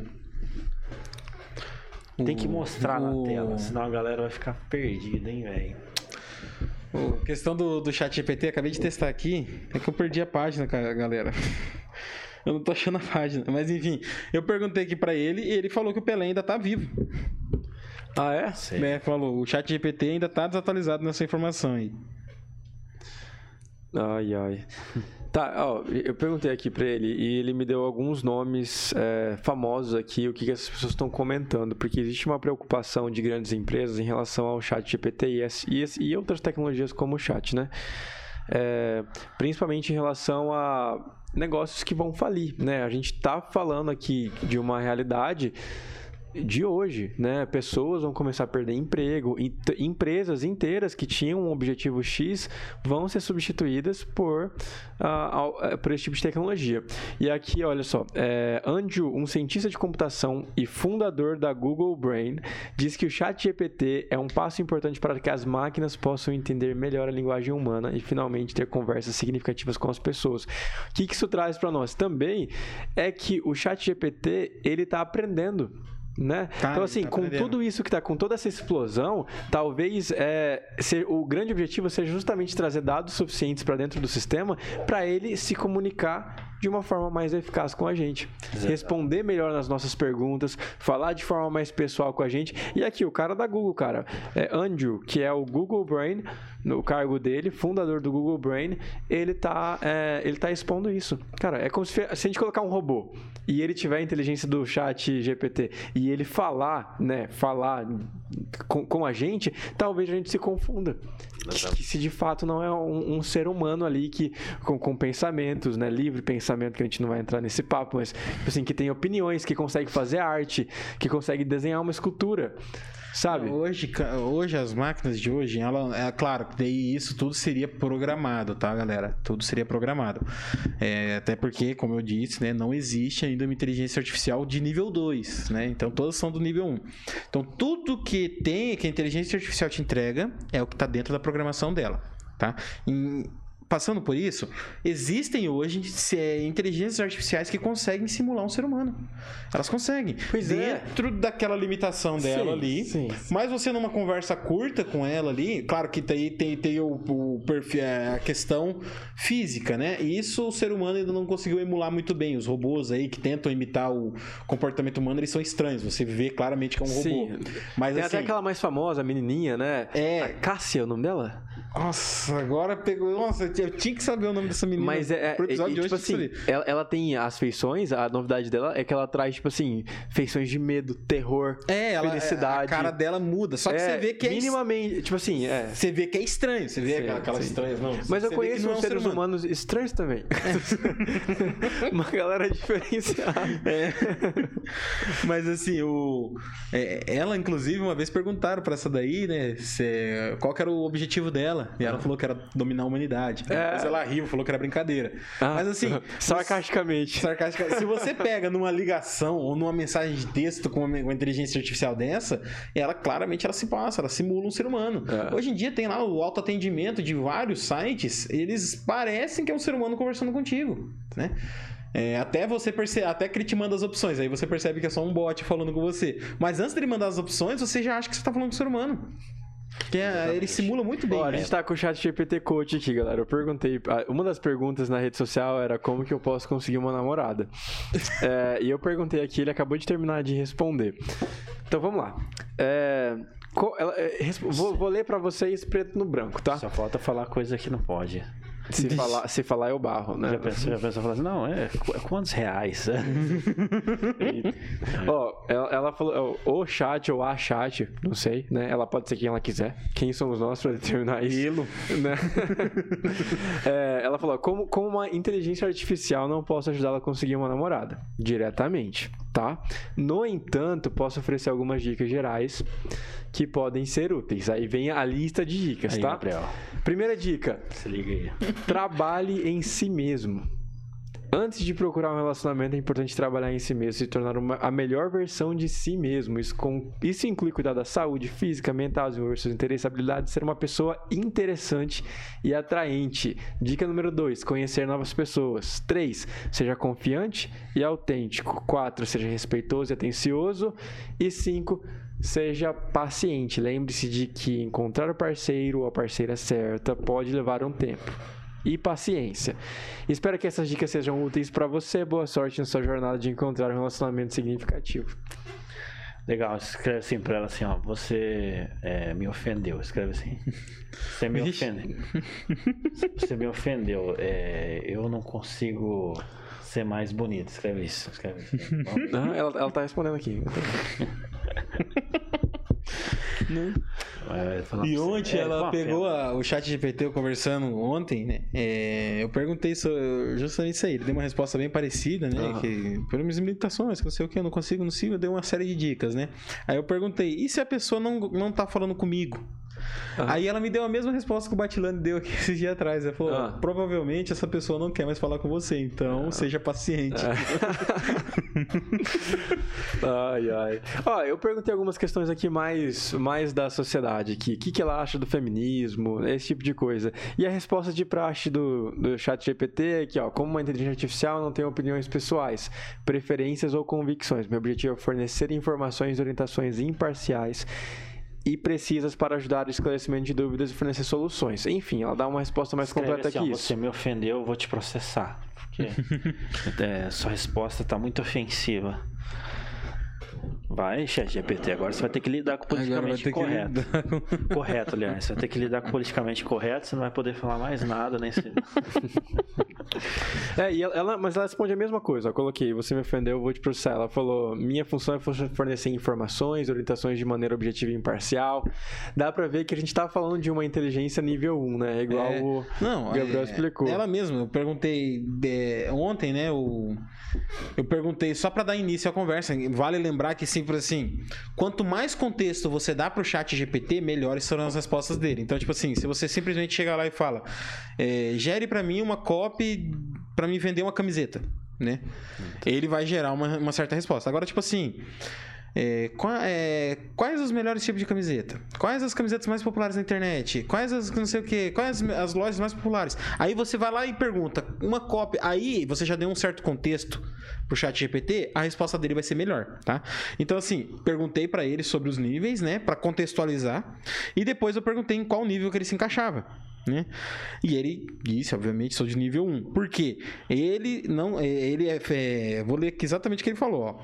Tem que mostrar o... na tela, senão a galera vai ficar perdida, hein, velho? A questão do, do chat G P T, acabei de testar aqui, é que eu perdi a página, galera. Eu não tô achando a página, mas enfim, eu perguntei aqui pra ele e ele falou que o Pelé ainda tá vivo. Ah, é? Sei. É, falou, o chat G P T ainda tá desatualizado nessa informação aí. Ai, ai. Tá, ó, eu perguntei aqui pra ele e ele me deu alguns nomes é, famosos aqui, o que, que as pessoas estão comentando, porque existe uma preocupação de grandes empresas em relação ao chat G P T e, e, e outras tecnologias como o chat, né? É, principalmente em relação a negócios que vão falir, né? A gente tá falando aqui de uma realidade de hoje, né? Pessoas vão começar a perder emprego, empresas inteiras que tinham um objetivo X vão ser substituídas por, uh, por esse tipo de tecnologia. E aqui, olha só, é, Andrew, um cientista de computação e fundador da Google Brain, diz que o chat G P T é um passo importante para que as máquinas possam entender melhor a linguagem humana e finalmente ter conversas significativas com as pessoas. O que isso traz para nós também é que o chat G P T, ele está aprendendo. Né? Tá, então assim, tá com aprendendo. tudo isso que está, com toda essa explosão, talvez é, ser, o grande objetivo seja justamente trazer dados suficientes para dentro do sistema para ele se comunicar de uma forma mais eficaz com a gente, Exato. responder melhor nas nossas perguntas, falar de forma mais pessoal com a gente. E aqui o cara da Google, cara, é Andrew, que é o Google Brain, no cargo dele, fundador do Google Brain, ele tá, é, ele tá expondo isso. Cara, é como se, se a gente colocar um robô e ele tiver a inteligência do chat G P T e ele falar, né, falar com, com a gente, talvez a gente se confunda. Que, que se de fato não é um, um ser humano ali que, com, com pensamentos, né, livre pensamento, que a gente não vai entrar nesse papo, mas assim, que tem opiniões, que consegue fazer arte, que consegue desenhar uma escultura. Sabe? Hoje, hoje, as máquinas de hoje, ela, é claro que daí isso tudo seria programado, tá, galera? Tudo seria programado. É, até porque, como eu disse, né, não existe ainda uma inteligência artificial de nível dois, né? Então, todas são do nível um. Então, tudo que tem, que a inteligência artificial te entrega, é o que está dentro da programação dela, tá? Em... Passando por isso, existem hoje inteligências artificiais que conseguem simular um ser humano. Elas conseguem. Pois dentro é. daquela limitação dela sim, ali. Sim. Mas você numa conversa curta com ela ali, claro que tem, tem, tem o, o perfil, a questão física, né? E isso o ser humano ainda não conseguiu emular muito bem. Os robôs aí que tentam imitar o comportamento humano, eles são estranhos. Você vê claramente que é um sim. robô. Mas, tem assim, até aquela mais famosa, a menininha, né? É. A Cássia, é o nome dela? Nossa, agora pegou... Nossa, eu tinha que saber o nome dessa menina. Mas é, pro episódio e, de tipo hoje. assim, ela, ela tem as feições, a novidade dela é que ela traz, tipo assim, feições de medo, terror, é, ela, felicidade. A cara dela muda, só que é, você vê que é... minimamente, tipo assim, é... Você vê que é estranho, você vê sim, aquelas sim. estranhas, não. Mas eu conheço é um seres ser humanos estranhos também. É. Uma galera diferenciada. É. Mas assim, o... É, ela, inclusive, uma vez perguntaram pra essa daí, né, se... qual que era o objetivo dela. E ela falou que era dominar a humanidade. É. Depois ela riu, falou que era brincadeira. Ah, mas assim... Sarcasticamente. Sarcasticamente. Se você pega numa ligação ou numa mensagem de texto com uma, uma inteligência artificial dessa, ela claramente ela se passa, ela simula um ser humano. É. Hoje em dia tem lá o autoatendimento de vários sites, eles parecem que é um ser humano conversando contigo, né? É, até você percebe, até que ele te manda as opções, aí você percebe que é só um bot falando com você. Mas antes dele mandar as opções, você já acha que você está falando com um ser humano. Que é, ele simula muito bem. Ó, a gente tá com o chat G P T Coach aqui, galera. Eu perguntei, uma das perguntas na rede social era como que eu posso conseguir uma namorada. é, e eu perguntei aqui, ele acabou de terminar de responder. Então vamos lá. É, ela, é, vou, vou ler pra vocês preto no branco, tá? Só falta falar coisa que não pode. Se falar, se falar eu barro, né? Já pensou, já pensou falar assim, não, é, é quantos reais? e, ó, ela, ela falou, o chat ou a chat, não sei, né? Ela pode ser quem ela quiser. Quem somos nós para determinar isso? Né? é, ela falou, como, como uma inteligência artificial não posso ajudá-la a conseguir uma namorada? Diretamente, tá? No entanto, posso oferecer algumas dicas gerais que podem ser úteis. Aí vem a lista de dicas, aí, tá? Gabriel. Primeira dica. Se liga aí. Trabalhe em si mesmo. Antes de procurar um relacionamento, é importante trabalhar em si mesmo, se tornar uma, a melhor versão de si mesmo. Isso, com, isso inclui cuidar da saúde física, mental, desenvolver seus interesses, habilidades, ser uma pessoa interessante e atraente. Dica número dois, conhecer novas pessoas. três, seja confiante e autêntico. quatro, seja respeitoso e atencioso. E cinco, seja paciente. Lembre-se de que encontrar o parceiro ou a parceira certa pode levar um tempo. E paciência. Espero que essas dicas sejam úteis para você. Boa sorte na sua jornada de encontrar um relacionamento significativo. Legal, escreve assim pra ela assim, ó. Você é, me ofendeu. Escreve assim. Você me ofendeu. Você me ofendeu. É, eu não consigo ser mais bonito. Escreve isso. Escreve isso. Não, ela, ela tá respondendo aqui. Não. E ontem é, ela pegou a, o chat G P T conversando ontem, né? É, eu perguntei sobre, justamente isso aí. Ele deu uma resposta bem parecida, né? Uhum. Que, pelas minhas limitações, que não sei o que, eu não consigo, não consigo, deu uma série de dicas, né? Aí eu perguntei, e se a pessoa não, não tá falando comigo? Uhum. Aí ela me deu a mesma resposta que o Batilane deu aqui esses dias atrás. Ela falou, uhum. provavelmente essa pessoa não quer mais falar com você, então uhum. seja paciente. ai, ai. Ó, eu perguntei algumas questões aqui mais, mais da sociedade aqui. O que, que ela acha do feminismo, esse tipo de coisa. E a resposta de praxe do, do chat G P T é que, ó, como uma inteligência artificial, não tem opiniões pessoais, preferências ou convicções. Meu objetivo é fornecer informações e orientações imparciais e precisas para ajudar no esclarecimento de dúvidas e fornecer soluções. Enfim, ela dá uma resposta mais Escreve completa assim, que ó, isso. Você me ofendeu, eu vou te processar. Porque é, sua resposta está muito ofensiva. Vai, chat G P T, agora você vai ter que lidar com o politicamente correto. Com... Correto, aliás. Você vai ter que lidar com o politicamente correto, você não vai poder falar mais nada nesse... É, e ela, mas ela responde a mesma coisa. Eu coloquei, você me ofendeu, eu vou te processar. Ela falou, minha função é fornecer informações, orientações de maneira objetiva e imparcial. Dá pra ver que a gente tá falando de uma inteligência nível um, né? Igual é, o não, Gabriel é, explicou. Ela mesma, eu perguntei é, ontem, né? O, eu perguntei só pra dar início à conversa. Vale lembrar que sempre assim, quanto mais contexto você dá pro chat G P T, melhores serão as respostas dele. Então, tipo assim, se você simplesmente chega lá e fala, é, gere pra mim uma copy pra me vender uma camiseta, né? Ele vai gerar uma, uma certa resposta. Agora, tipo assim, é, qual, é, quais os melhores tipos de camiseta? Quais as camisetas mais populares na internet? Quais as não sei o que? Quais as, as lojas mais populares? Aí você vai lá e pergunta uma cópia. Aí você já deu um certo contexto pro chat G P T, a resposta dele vai ser melhor, tá? Então assim, perguntei pra ele sobre os níveis, né? Pra contextualizar. E depois eu perguntei em qual nível que ele se encaixava. Né? E ele disse, obviamente, sou de nível um. Por quê? Ele não. Ele é. é vou ler aqui exatamente o que ele falou, ó.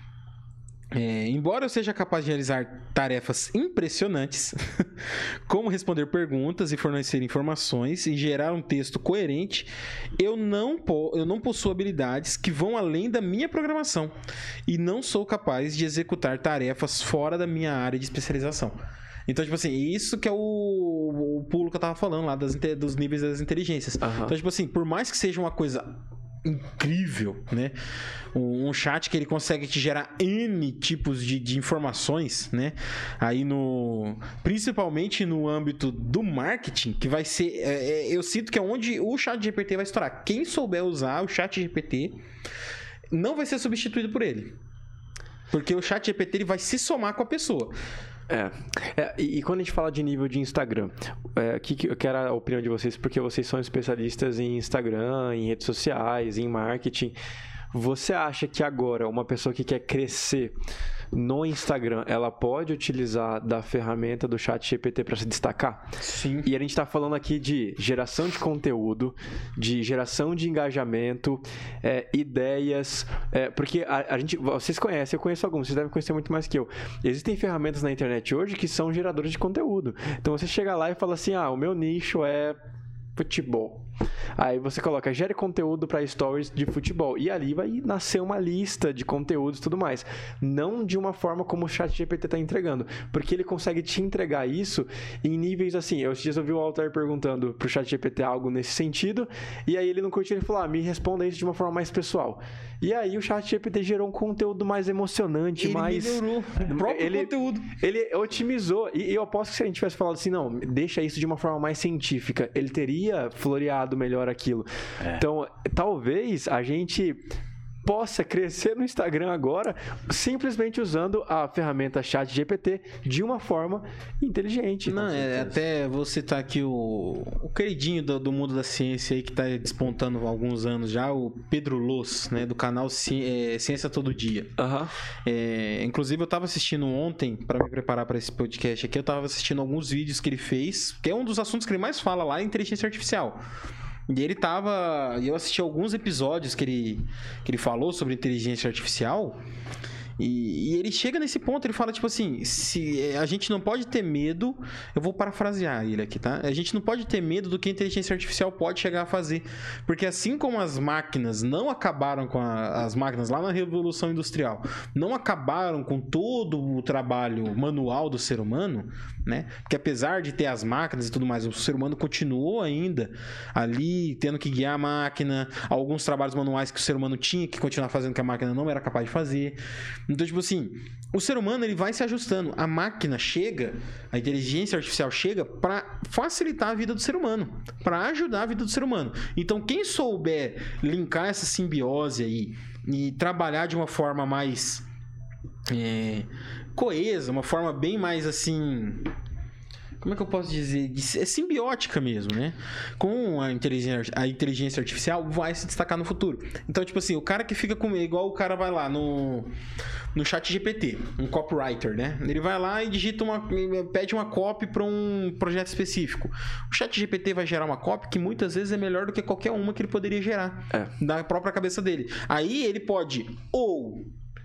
É, embora eu seja capaz de realizar tarefas impressionantes, como responder perguntas e fornecer informações e gerar um texto coerente, eu não, po- eu não possuo habilidades que vão além da minha programação e não sou capaz de executar tarefas fora da minha área de especialização. Então, tipo assim, isso que é o, o pulo que eu tava falando lá das, dos níveis das inteligências. Uhum. Então, tipo assim, por mais que seja uma coisa incrível, né? Um, um chat que ele consegue te gerar N tipos de, de informações, né? Aí no... Principalmente no âmbito do marketing, que vai ser... É, eu sinto que é onde o chat G P T vai estourar. Quem souber usar o chat G P T não vai ser substituído por ele. Porque o chat G P T ele vai se somar com a pessoa. É, é e, e quando a gente fala de nível de Instagram, é, que, que eu quero a opinião de vocês, porque vocês são especialistas em Instagram, em redes sociais, em marketing. Você acha que agora uma pessoa que quer crescer no Instagram, ela pode utilizar da ferramenta do chat G P T para se destacar? Sim. E a gente está falando aqui de geração de conteúdo, de geração de engajamento, é, ideias, é, porque a, a gente, vocês conhecem, eu conheço alguns, vocês devem conhecer muito mais que eu. Existem ferramentas na internet hoje que são geradores de conteúdo. Então você chega lá e fala assim, ah, o meu nicho é futebol. Aí você coloca, gere conteúdo para stories de futebol. E ali vai nascer uma lista de conteúdos e tudo mais. Não de uma forma como o chat G P T está entregando. Porque ele consegue te entregar isso em níveis assim. Eu esses dias eu vi o Altair perguntando pro chat G P T algo nesse sentido. E aí ele não curtiu, ele falou, ah, me responda isso de uma forma mais pessoal. E aí o chat G P T gerou um conteúdo mais emocionante, ele mais... melhorou o próprio ele, conteúdo. Ele otimizou. E eu aposto que se a gente tivesse falado assim, não, deixa isso de uma forma mais científica, ele teria floreado explicado melhor aquilo. É. Então, talvez a gente possa crescer no Instagram agora simplesmente usando a ferramenta ChatGPT de uma forma inteligente. Não, é, até vou citar aqui o, o queridinho do, do mundo da ciência aí que está despontando há alguns anos já, o Pedro Loss, né, do canal Ci, é, Ciência Todo Dia. Uhum. É, inclusive eu estava assistindo ontem, para me preparar para esse podcast aqui, eu estava assistindo alguns vídeos que ele fez, que é um dos assuntos que ele mais fala lá, inteligência artificial. E ele tava... Eu assisti alguns episódios que ele, que ele falou sobre inteligência artificial. E, e ele chega nesse ponto, ele fala tipo assim, se a gente não pode ter medo, eu vou parafrasear ele aqui, tá? A gente não pode ter medo do que a inteligência artificial pode chegar a fazer, porque assim como as máquinas não acabaram com a, as máquinas lá na Revolução Industrial, não acabaram com todo o trabalho manual do ser humano, né? Porque apesar de ter as máquinas e tudo mais, o ser humano continuou ainda ali tendo que guiar a máquina, alguns trabalhos manuais que o ser humano tinha que continuar fazendo que a máquina não era capaz de fazer. Então, tipo assim, o ser humano ele vai se ajustando. A máquina chega, a inteligência artificial chega para facilitar a vida do ser humano, para ajudar a vida do ser humano. Então, quem souber linkar essa simbiose aí e trabalhar de uma forma mais é, coesa, uma forma bem mais assim... Como é que eu posso dizer? É simbiótica mesmo, né? Com a inteligência, a inteligência artificial vai se destacar no futuro. Então, tipo assim, o cara que fica com... Igual o cara vai lá no, no chat G P T, um copywriter, né? Ele vai lá e digita uma... Pede uma copy para um projeto específico. O chat G P T vai gerar uma copy que muitas vezes é melhor do que qualquer uma que ele poderia gerar. É. Da própria cabeça dele. Aí ele pode ou...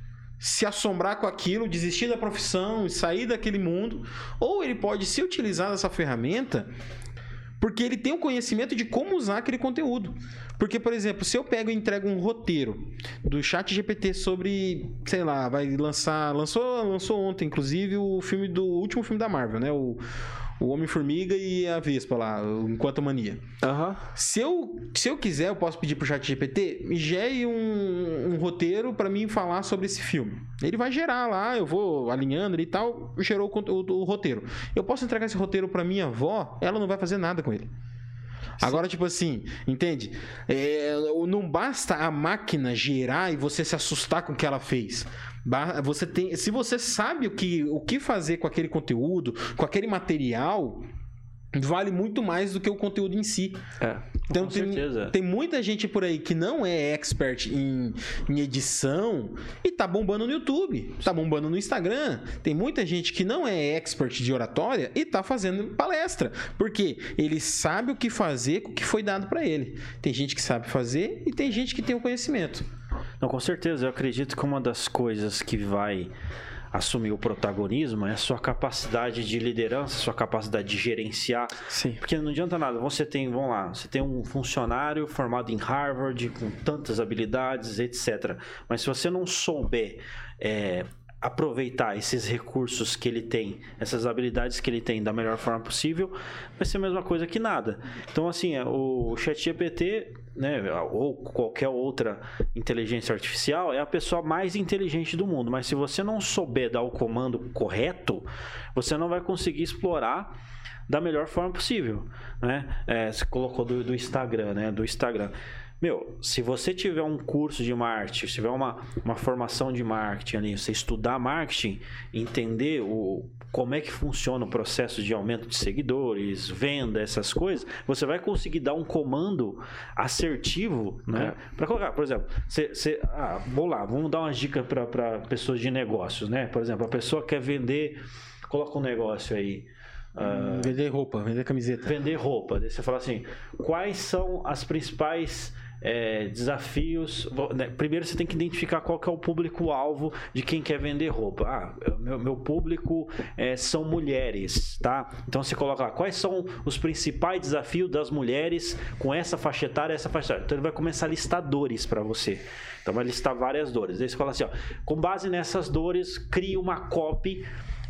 se assombrar com aquilo, desistir da profissão e sair daquele mundo, ou ele pode se utilizar dessa ferramenta porque ele tem o conhecimento de como usar aquele conteúdo. Porque, por exemplo, se eu pego e entrego um roteiro do chat G P T sobre, sei lá, vai lançar, lançou, lançou ontem, inclusive, o filme do o último filme da Marvel, né? O O Homem-Formiga e a Vespa lá, o Enquanto-Mania. Uhum. Se eu, se eu quiser, eu posso pedir pro chat G P T, me gere um, um roteiro para mim falar sobre esse filme. Ele vai gerar lá, eu vou alinhando e tal, gerou o, o, o roteiro. Eu posso entregar esse roteiro para minha avó, ela não vai fazer nada com ele. Sim. Agora, tipo assim, entende? É, não basta a máquina gerar e você se assustar com o que ela fez. Você tem, se você sabe o que, o que fazer com aquele conteúdo, com aquele material, vale muito mais do que o conteúdo em si. É, então, com tem, certeza. Tem muita gente por aí que não é expert em, em edição e tá bombando no YouTube, tá bombando no Instagram. Tem muita gente que não é expert de oratória e tá fazendo palestra, porque ele sabe o que fazer com o que foi dado para ele. Tem gente que sabe fazer e tem gente que tem o conhecimento. Não, com certeza. Eu acredito que uma das coisas que vai assumir o protagonismo é a sua capacidade de liderança, sua capacidade de gerenciar. Sim. Porque não adianta nada. Você tem, vamos lá, você tem um funcionário formado em Harvard com tantas habilidades, etcétera. Mas se você não souber é, aproveitar esses recursos que ele tem, essas habilidades que ele tem da melhor forma possível, vai ser a mesma coisa que nada. Então, assim, o ChatGPT, né, ou qualquer outra inteligência artificial, é a pessoa mais inteligente do mundo, mas se você não souber dar o comando correto, você não vai conseguir explorar da melhor forma possível, né? É, você colocou do, do Instagram, né? Do Instagram. Meu, se você tiver um curso de marketing, se tiver uma, uma formação de marketing ali, você estudar marketing, entender o, como é que funciona o processo de aumento de seguidores, venda, essas coisas, você vai conseguir dar um comando assertivo, né? É. Para colocar, por exemplo, você, você, ah, vou lá, vamos dar umas dicas para pessoas de negócios, né? Por exemplo, a pessoa quer vender, coloca um negócio aí. Uh, vender roupa, vender camiseta. Vender roupa. Daí você fala assim, quais são as principais é, desafios? Primeiro você tem que identificar qual que é o público-alvo de quem quer vender roupa. Ah, meu, meu público é, são mulheres, tá? Então você coloca lá, quais são os principais desafios das mulheres com essa faixa etária, essa faixa etária. Então ele vai começar a listar dores para você. Então vai listar várias dores. Daí você fala assim, ó, com base nessas dores, cria uma copy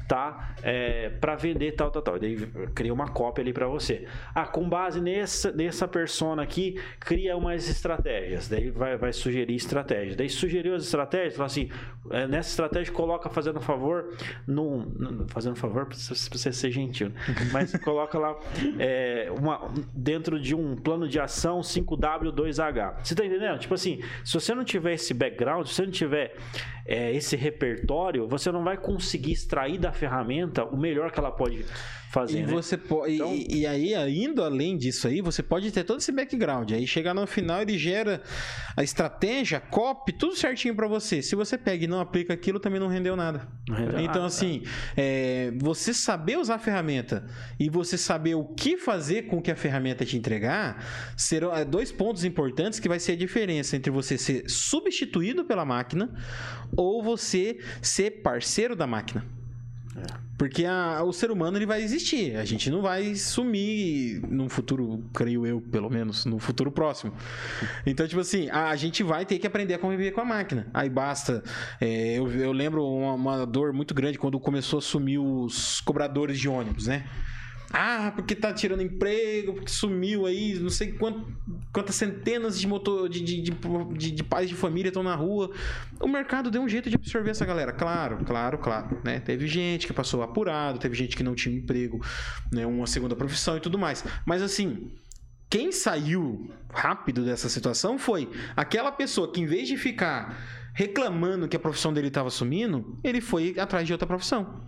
tá? É, para vender tal, tal, tal. Daí cria uma cópia ali para você. Ah, com base nessa, nessa persona aqui, cria umas estratégias. Daí vai, vai sugerir estratégias. Daí sugeriu as estratégias, fala assim, é, nessa estratégia coloca fazendo favor, num, num, fazendo favor para você ser gentil, mas coloca lá é, uma, dentro de um plano de ação cinco W dois H. Você tá entendendo? Tipo assim, se você não tiver esse background, se você não tiver é, esse repertório, você não vai conseguir extrair da ferramenta o melhor que ela pode fazer. E, né? você pode, então... e, e aí, indo além disso aí, você pode ter todo esse background. Aí chegar no final, ele gera a estratégia, a copy, tudo certinho para você. Se você pega e não aplica aquilo, também não rendeu nada. Não rendeu então, nada, assim, é, você saber usar a ferramenta e você saber o que fazer com o que a ferramenta te entregar, serão dois pontos importantes que vai ser a diferença entre você ser substituído pela máquina ou você ser parceiro da máquina. É. Porque a, o ser humano ele vai existir. A gente não vai sumir num futuro, creio eu, pelo menos, no futuro próximo. Então, tipo assim, a, a gente vai ter que aprender a conviver com a máquina. Aí basta... É, eu, eu lembro uma, uma dor muito grande quando começou a sumir os cobradores de ônibus, né? Ah, porque tá tirando emprego, porque sumiu aí, não sei quant, quantas centenas de, motor, de, de, de, de, de pais de família estão na rua. O mercado deu um jeito de absorver essa galera. Claro, claro, claro. Né? Teve gente que passou apurado, teve gente que não tinha um emprego, né? Uma segunda profissão e tudo mais. Mas assim, quem saiu rápido dessa situação foi aquela pessoa que, em vez de ficar reclamando que a profissão dele estava sumindo, ele foi atrás de outra profissão.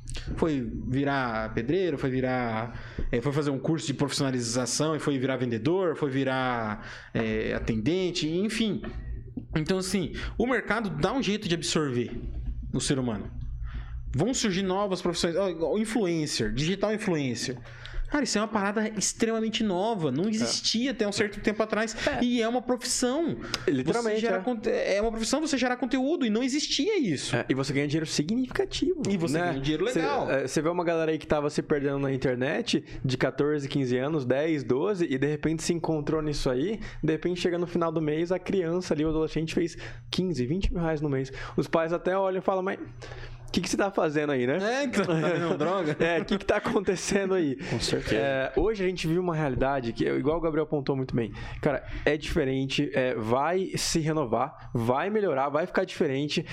Foi virar pedreiro, foi virar... É, foi fazer um curso de profissionalização e foi virar vendedor, foi virar é, atendente, enfim. Então, assim, o mercado dá um jeito de absorver o ser humano. Vão surgir novas profissões. Oh, influencer, digital influencer. Cara, isso é uma parada extremamente nova. Não existia é. até um certo tempo atrás. É. E é uma profissão. Literalmente. Gera, é. é uma profissão você gerar conteúdo. E não existia isso. É, e você ganha dinheiro significativo. E você né? ganha dinheiro legal. Você, você vê uma galera aí que tava se perdendo na internet de catorze, quinze anos, dez, doze, e de repente se encontrou nisso aí. De repente chega no final do mês, a criança ali, o adolescente, fez quinze, vinte mil reais no mês. Os pais até olham e falam, mas... O que, que você tá fazendo aí, né? É, que tá vendendo droga. É, o que, que tá acontecendo aí? Com certeza. É, hoje a gente vive uma realidade que, igual o Gabriel apontou muito bem, cara, é diferente, é, vai se renovar, vai melhorar, vai ficar diferente,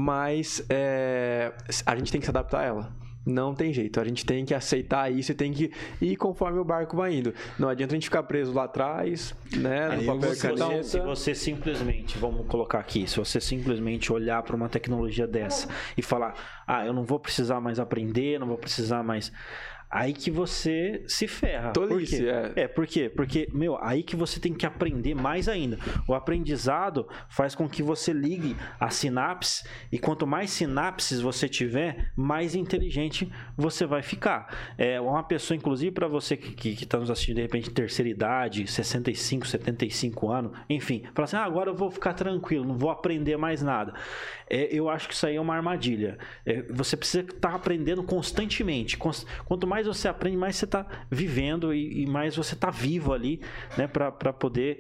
mas é, a gente tem que se adaptar a ela. Não tem jeito, a gente tem que aceitar isso e tem que ir conforme o barco vai indo. Não adianta a gente ficar preso lá atrás, né? No papel e caneta. Se você simplesmente, vamos colocar aqui, se você simplesmente olhar para uma tecnologia dessa e falar, ah, eu não vou precisar mais aprender, não vou precisar mais... Aí que você se ferra. Tolice, por quê? é. É, por quê? Porque, meu, aí que você tem que aprender mais ainda. O aprendizado faz com que você ligue as sinapses e quanto mais sinapses você tiver, mais inteligente você vai ficar. É uma pessoa, inclusive para você que está nos assistindo de repente terceira idade, sessenta e cinco, setenta e cinco anos, enfim, fala assim, ah, agora eu vou ficar tranquilo, não vou aprender mais nada. É, eu acho que isso aí é uma armadilha. É, você precisa estar aprendendo constantemente. Const... Quanto mais você aprende, mais você está vivendo e, e mais você está vivo ali, né, para poder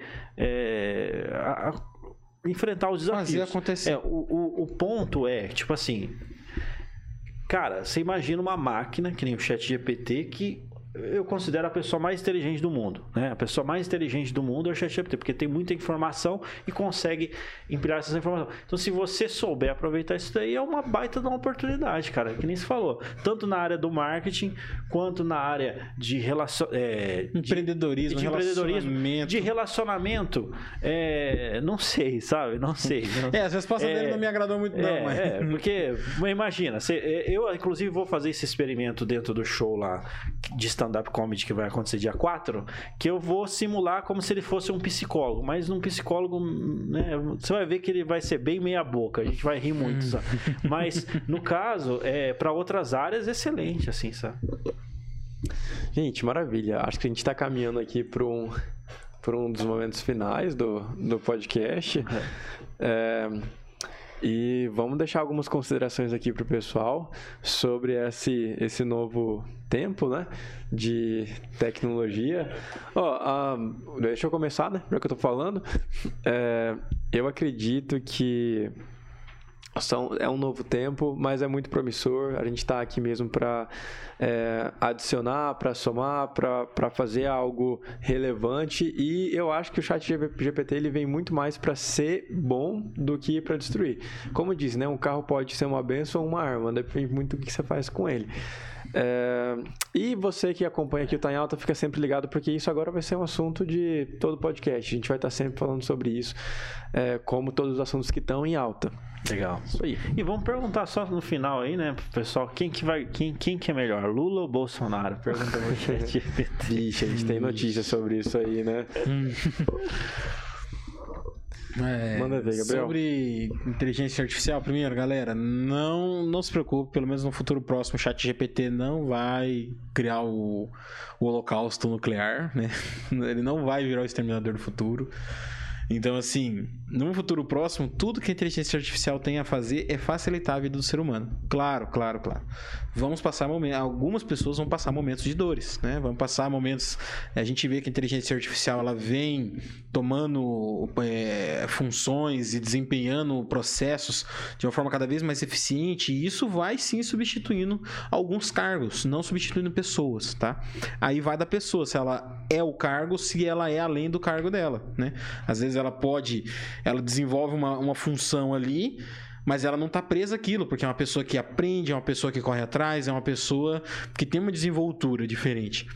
é, a, a, enfrentar os desafios. Fazer acontecer. É, o, o, o ponto é, tipo assim, cara, você imagina uma máquina, que nem o ChatGPT, que eu considero a pessoa mais inteligente do mundo, né? A pessoa mais inteligente do mundo é o ChatGPT, porque tem muita informação e consegue empilhar essa informação. Então, se você souber aproveitar isso daí, é uma baita de uma oportunidade, cara, que nem se falou. Tanto na área do marketing, quanto na área de, relacion... é, empreendedorismo, de, de empreendedorismo, relacionamento. de relacionamento, é, não sei, sabe? Não sei. Não... É, as respostas é, dele não me agradou muito, não. É, mas... é porque, imagina, você, eu, inclusive, vou fazer esse experimento dentro do show lá de stand stand-up comedy que vai acontecer dia quatro, que eu vou simular como se ele fosse um psicólogo, mas um psicólogo, né, você vai ver que ele vai ser bem meia boca, a gente vai rir muito, sabe? Mas, no caso, é, para outras áreas, excelente, assim, sabe? Gente, maravilha. Acho que a gente está caminhando aqui para um, para um dos momentos finais do, do podcast. É, e vamos deixar algumas considerações aqui para o pessoal sobre esse, esse novo tempo, né, de tecnologia. Oh, um, deixa eu começar, né, já que eu estou falando. É, eu acredito que São, é um novo tempo, mas é muito promissor. A gente está aqui mesmo para é, adicionar, para somar, para fazer algo relevante. E eu acho que o chat G P T ele vem muito mais para ser bom do que para destruir. Como eu disse, né, um carro pode ser uma benção ou uma arma, depende muito do que você faz com ele. É, e você que acompanha aqui o Tá em Alta, fica sempre ligado, porque isso agora vai ser um assunto de todo podcast. A gente vai estar sempre falando sobre isso, é, como todos os assuntos que estão em alta. Legal. Isso aí. E vamos perguntar só no final aí, né, pro pessoal, quem que vai, quem, quem que é melhor, Lula ou Bolsonaro? Pergunta no chat G P T. Vixe, a gente tem notícias sobre isso aí, né? É, Manda ver, Gabriel. Sobre inteligência artificial, primeiro, galera, não, não se preocupe, pelo menos no futuro próximo, o chat G P T não vai criar o, o holocausto nuclear, né? Ele não vai virar o exterminador do futuro. Então, assim, no futuro próximo, tudo que a inteligência artificial tem a fazer é facilitar a vida do ser humano. Claro, claro, claro. Vamos passar momentos, algumas pessoas vão passar momentos de dores, né? Vão passar momentos, a gente vê que a inteligência artificial, ela vem tomando é, funções e desempenhando processos de uma forma cada vez mais eficiente, e isso vai sim substituindo alguns cargos, não substituindo pessoas, tá? Aí vai da pessoa, se ela é o cargo, se ela é além do cargo dela, né? Às vezes ela pode, ela desenvolve uma, uma função ali, mas ela não está presa àquilo, porque é uma pessoa que aprende, é uma pessoa que corre atrás, é uma pessoa que tem uma desenvoltura diferente.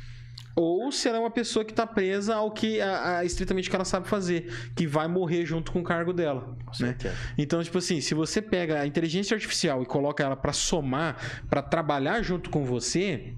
Ou se ela é uma pessoa que está presa ao que a, a, estritamente que ela sabe fazer, que vai morrer junto com o cargo dela, né? Então, tipo assim, se você pega a inteligência artificial e coloca ela para somar, para trabalhar junto com você,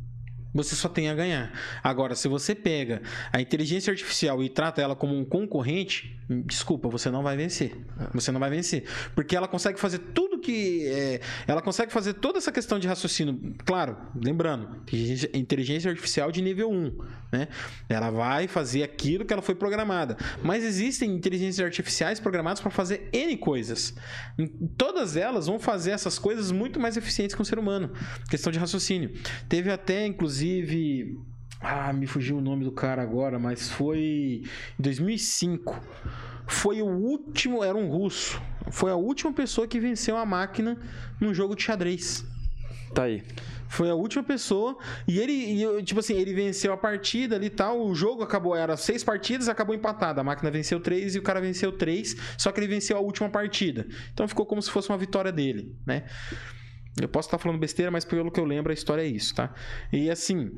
você só tem a ganhar. Agora, se você pega a inteligência artificial e trata ela como um concorrente, desculpa, você não vai vencer. Você não vai vencer. Porque ela consegue fazer tudo que... É, ela consegue fazer toda essa questão de raciocínio. Claro, lembrando, inteligência artificial de nível um, né? Ela vai fazer aquilo que ela foi programada. Mas existem inteligências artificiais programadas para fazer N coisas. Todas elas vão fazer essas coisas muito mais eficientes que um ser humano. Questão de raciocínio. Teve até, inclusive... Inclusive, ah, me fugiu o nome do cara agora, mas foi em dois mil e cinco. Foi o último, era um russo. Foi a última pessoa que venceu a máquina num jogo de xadrez. Tá aí. Foi a última pessoa e ele, tipo assim, ele venceu a partida ali e tal. O jogo acabou, era seis partidas, acabou empatado. A máquina venceu três e o cara venceu três, só que ele venceu a última partida. Então ficou como se fosse uma vitória dele, né? Eu posso estar falando besteira, mas pelo que eu lembro, a história é isso, tá? E assim,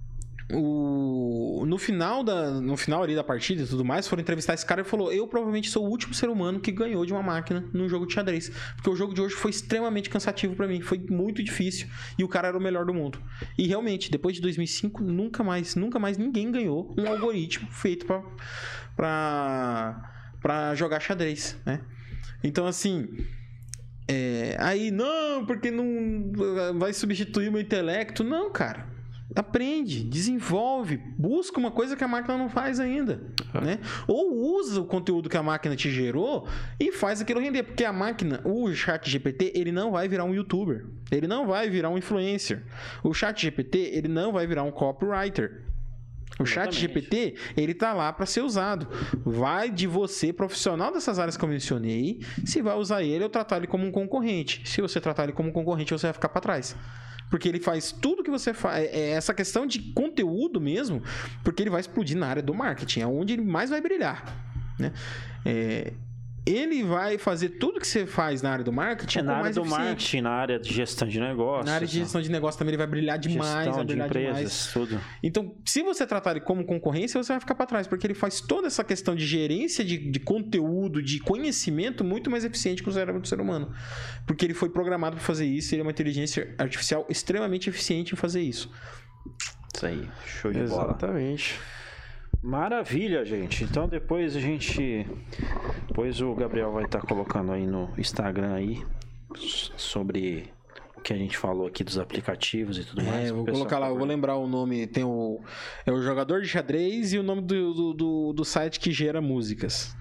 o... no final da... no final ali da partida e tudo mais, foram entrevistar esse cara e falou: eu provavelmente sou o último ser humano que ganhou de uma máquina num jogo de xadrez. Porque o jogo de hoje foi extremamente cansativo pra mim, foi muito difícil. E o cara era o melhor do mundo. E realmente, depois de dois mil e cinco, nunca mais, nunca mais ninguém ganhou um algoritmo feito pra, pra... pra jogar xadrez, né? Então, assim... É, aí, não, porque não vai substituir o meu intelecto. Não, cara. Aprende, desenvolve, busca uma coisa que a máquina não faz ainda, uhum. né? Ou usa o conteúdo que a máquina te gerou e faz aquilo render. Porque a máquina, o chat G P T, ele não vai virar um youtuber. Ele não vai virar um influencer. O chat G P T, ele não vai virar um copywriter. O chat G P T, ele tá lá para ser usado. Vai de você, profissional dessas áreas que eu mencionei, se vai usar ele ou tratar ele como um concorrente. Se você tratar ele como um concorrente, você vai ficar para trás. Porque ele faz tudo que você faz. É essa questão de conteúdo mesmo, porque ele vai explodir na área do marketing, é onde ele mais vai brilhar, né? É... Ele vai fazer tudo que você faz na área do marketing. É, na área mais do eficiente. marketing, na área de gestão de negócios. Na área de gestão de negócio também ele vai brilhar demais. Gestão vai brilhar de empresas, demais. tudo. Então, se você tratar ele como concorrência, você vai ficar para trás, porque ele faz toda essa questão de gerência de, de conteúdo, de conhecimento muito mais eficiente que o cérebro do ser humano. Porque ele foi programado para fazer isso, ele é uma inteligência artificial extremamente eficiente em fazer isso. Isso aí, show de bola. Exatamente. Maravilha, gente. Então depois a gente... Depois o Gabriel vai estar colocando aí no Instagram aí sobre o que a gente falou aqui dos aplicativos e tudo mais. É, vou colocar lá, eu vou lembrar o nome. Tem o... É o jogador de xadrez e o nome do, do, do, do site que gera músicas.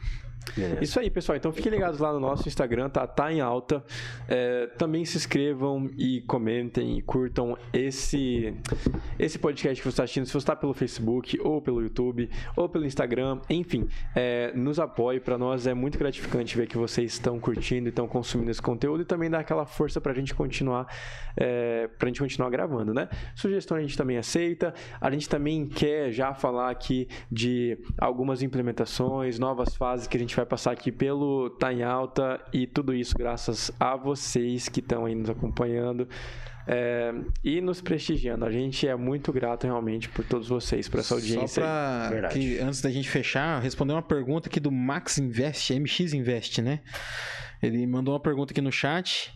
Beleza. Isso aí, pessoal. Então fiquem ligados lá no nosso Instagram, tá? Tá em alta. É, também se inscrevam e comentem e curtam esse, esse podcast que você está assistindo. Se você está pelo Facebook, ou pelo YouTube, ou pelo Instagram, enfim, é, nos apoie. Para nós é muito gratificante ver que vocês estão curtindo e estão consumindo esse conteúdo e também dá aquela força pra gente continuar, é, pra gente continuar gravando, né? Sugestões a gente também aceita. A gente também quer já falar aqui de algumas implementações, novas fases que a gente vai passar aqui pelo Tá em Alta e tudo isso graças a vocês que estão aí nos acompanhando é, e nos prestigiando. A gente é muito grato realmente por todos vocês, por essa audiência. Só pra que, antes da gente fechar, responder uma pergunta aqui do Max Invest, M X Invest, né? Ele mandou uma pergunta aqui no chat.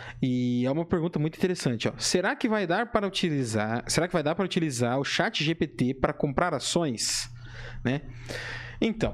E é uma pergunta muito interessante, ó. Será que vai dar para utilizar, será que vai dar para utilizar o Chat G P T para comprar ações, né? Então,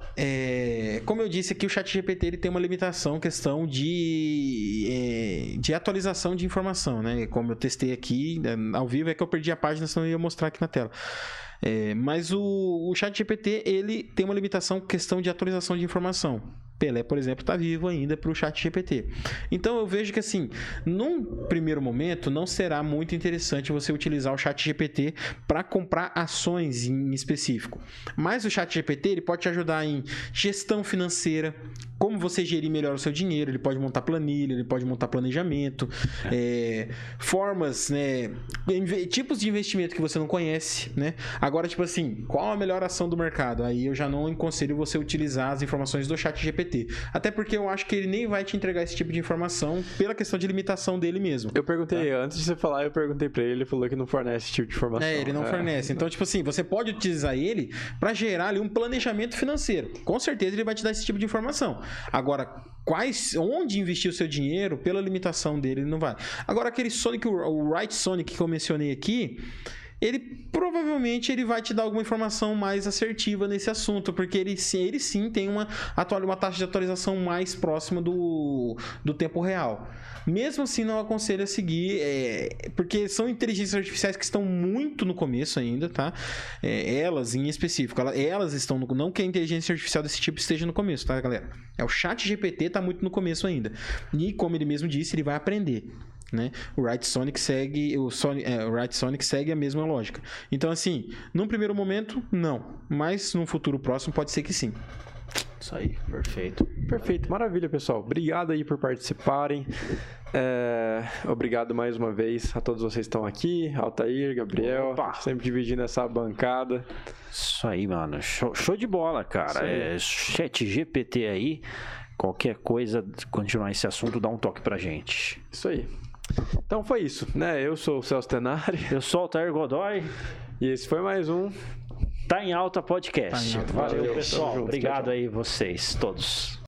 É, como eu disse aqui, o ChatGPT ele tem uma limitação, questão de, é, de atualização de informação, né? Como eu testei aqui, ao vivo, é que eu perdi a página, senão eu ia mostrar aqui na tela. É, mas o, o ChatGPT ele tem uma limitação, questão de atualização de informação. Pelé, por exemplo, está vivo ainda para o ChatGPT. Então eu vejo que assim, num primeiro momento, não será muito interessante você utilizar o ChatGPT para comprar ações em específico. Mas o ChatGPT ele pode te ajudar em gestão financeira, como você gerir melhor o seu dinheiro, ele pode montar planilha, ele pode montar planejamento, é, formas, né, tipos de investimento que você não conhece, né? Agora, tipo assim, qual a melhor ação do mercado? Aí eu já não aconselho você utilizar as informações do ChatGPT. Até porque eu acho que ele nem vai te entregar esse tipo de informação pela questão de limitação dele mesmo. Eu perguntei, tá? Antes de você falar, eu perguntei pra ele, ele falou que não fornece esse tipo de informação. É, ele não é. fornece. Então, tipo assim, você pode utilizar ele para gerar ali um planejamento financeiro. Com certeza ele vai te dar esse tipo de informação. Agora, quais, onde investir o seu dinheiro, pela limitação dele, ele não vai. Agora, aquele Sonic, o Right Sonic que eu mencionei aqui, ele provavelmente ele vai te dar alguma informação mais assertiva nesse assunto, porque ele, ele sim tem uma, uma taxa de atualização mais próxima do, do tempo real. Mesmo assim, não aconselho a seguir, é, porque são inteligências artificiais que estão muito no começo ainda, tá? É, elas, em específico, elas, elas estão no... Não que a inteligência artificial desse tipo esteja no começo, tá, galera? É o ChatGPT tá muito no começo ainda. E, como ele mesmo disse, ele vai aprender. Né? O Right Sonic segue o, Sonic, é, o Right Sonic segue a mesma lógica. Então, assim, num primeiro momento, não. Mas num futuro próximo pode ser que sim. Isso aí, perfeito. Perfeito, maravilha, pessoal. Obrigado aí por participarem. É, obrigado mais uma vez a todos vocês que estão aqui. Altair, Gabriel, Opa. sempre dividindo essa bancada. Isso aí, mano. Show, show de bola, cara. É, ChatGPT aí. Qualquer coisa, continuar esse assunto, dá um toque pra gente. Isso aí. Então foi isso, né? Eu sou o Celso Tenari. Eu sou o Altair Godoy. E esse foi mais um Tá em Alta Podcast. Tá em Alta. Valeu, Valeu, pessoal. junto, Obrigado tchau, tchau. aí vocês todos.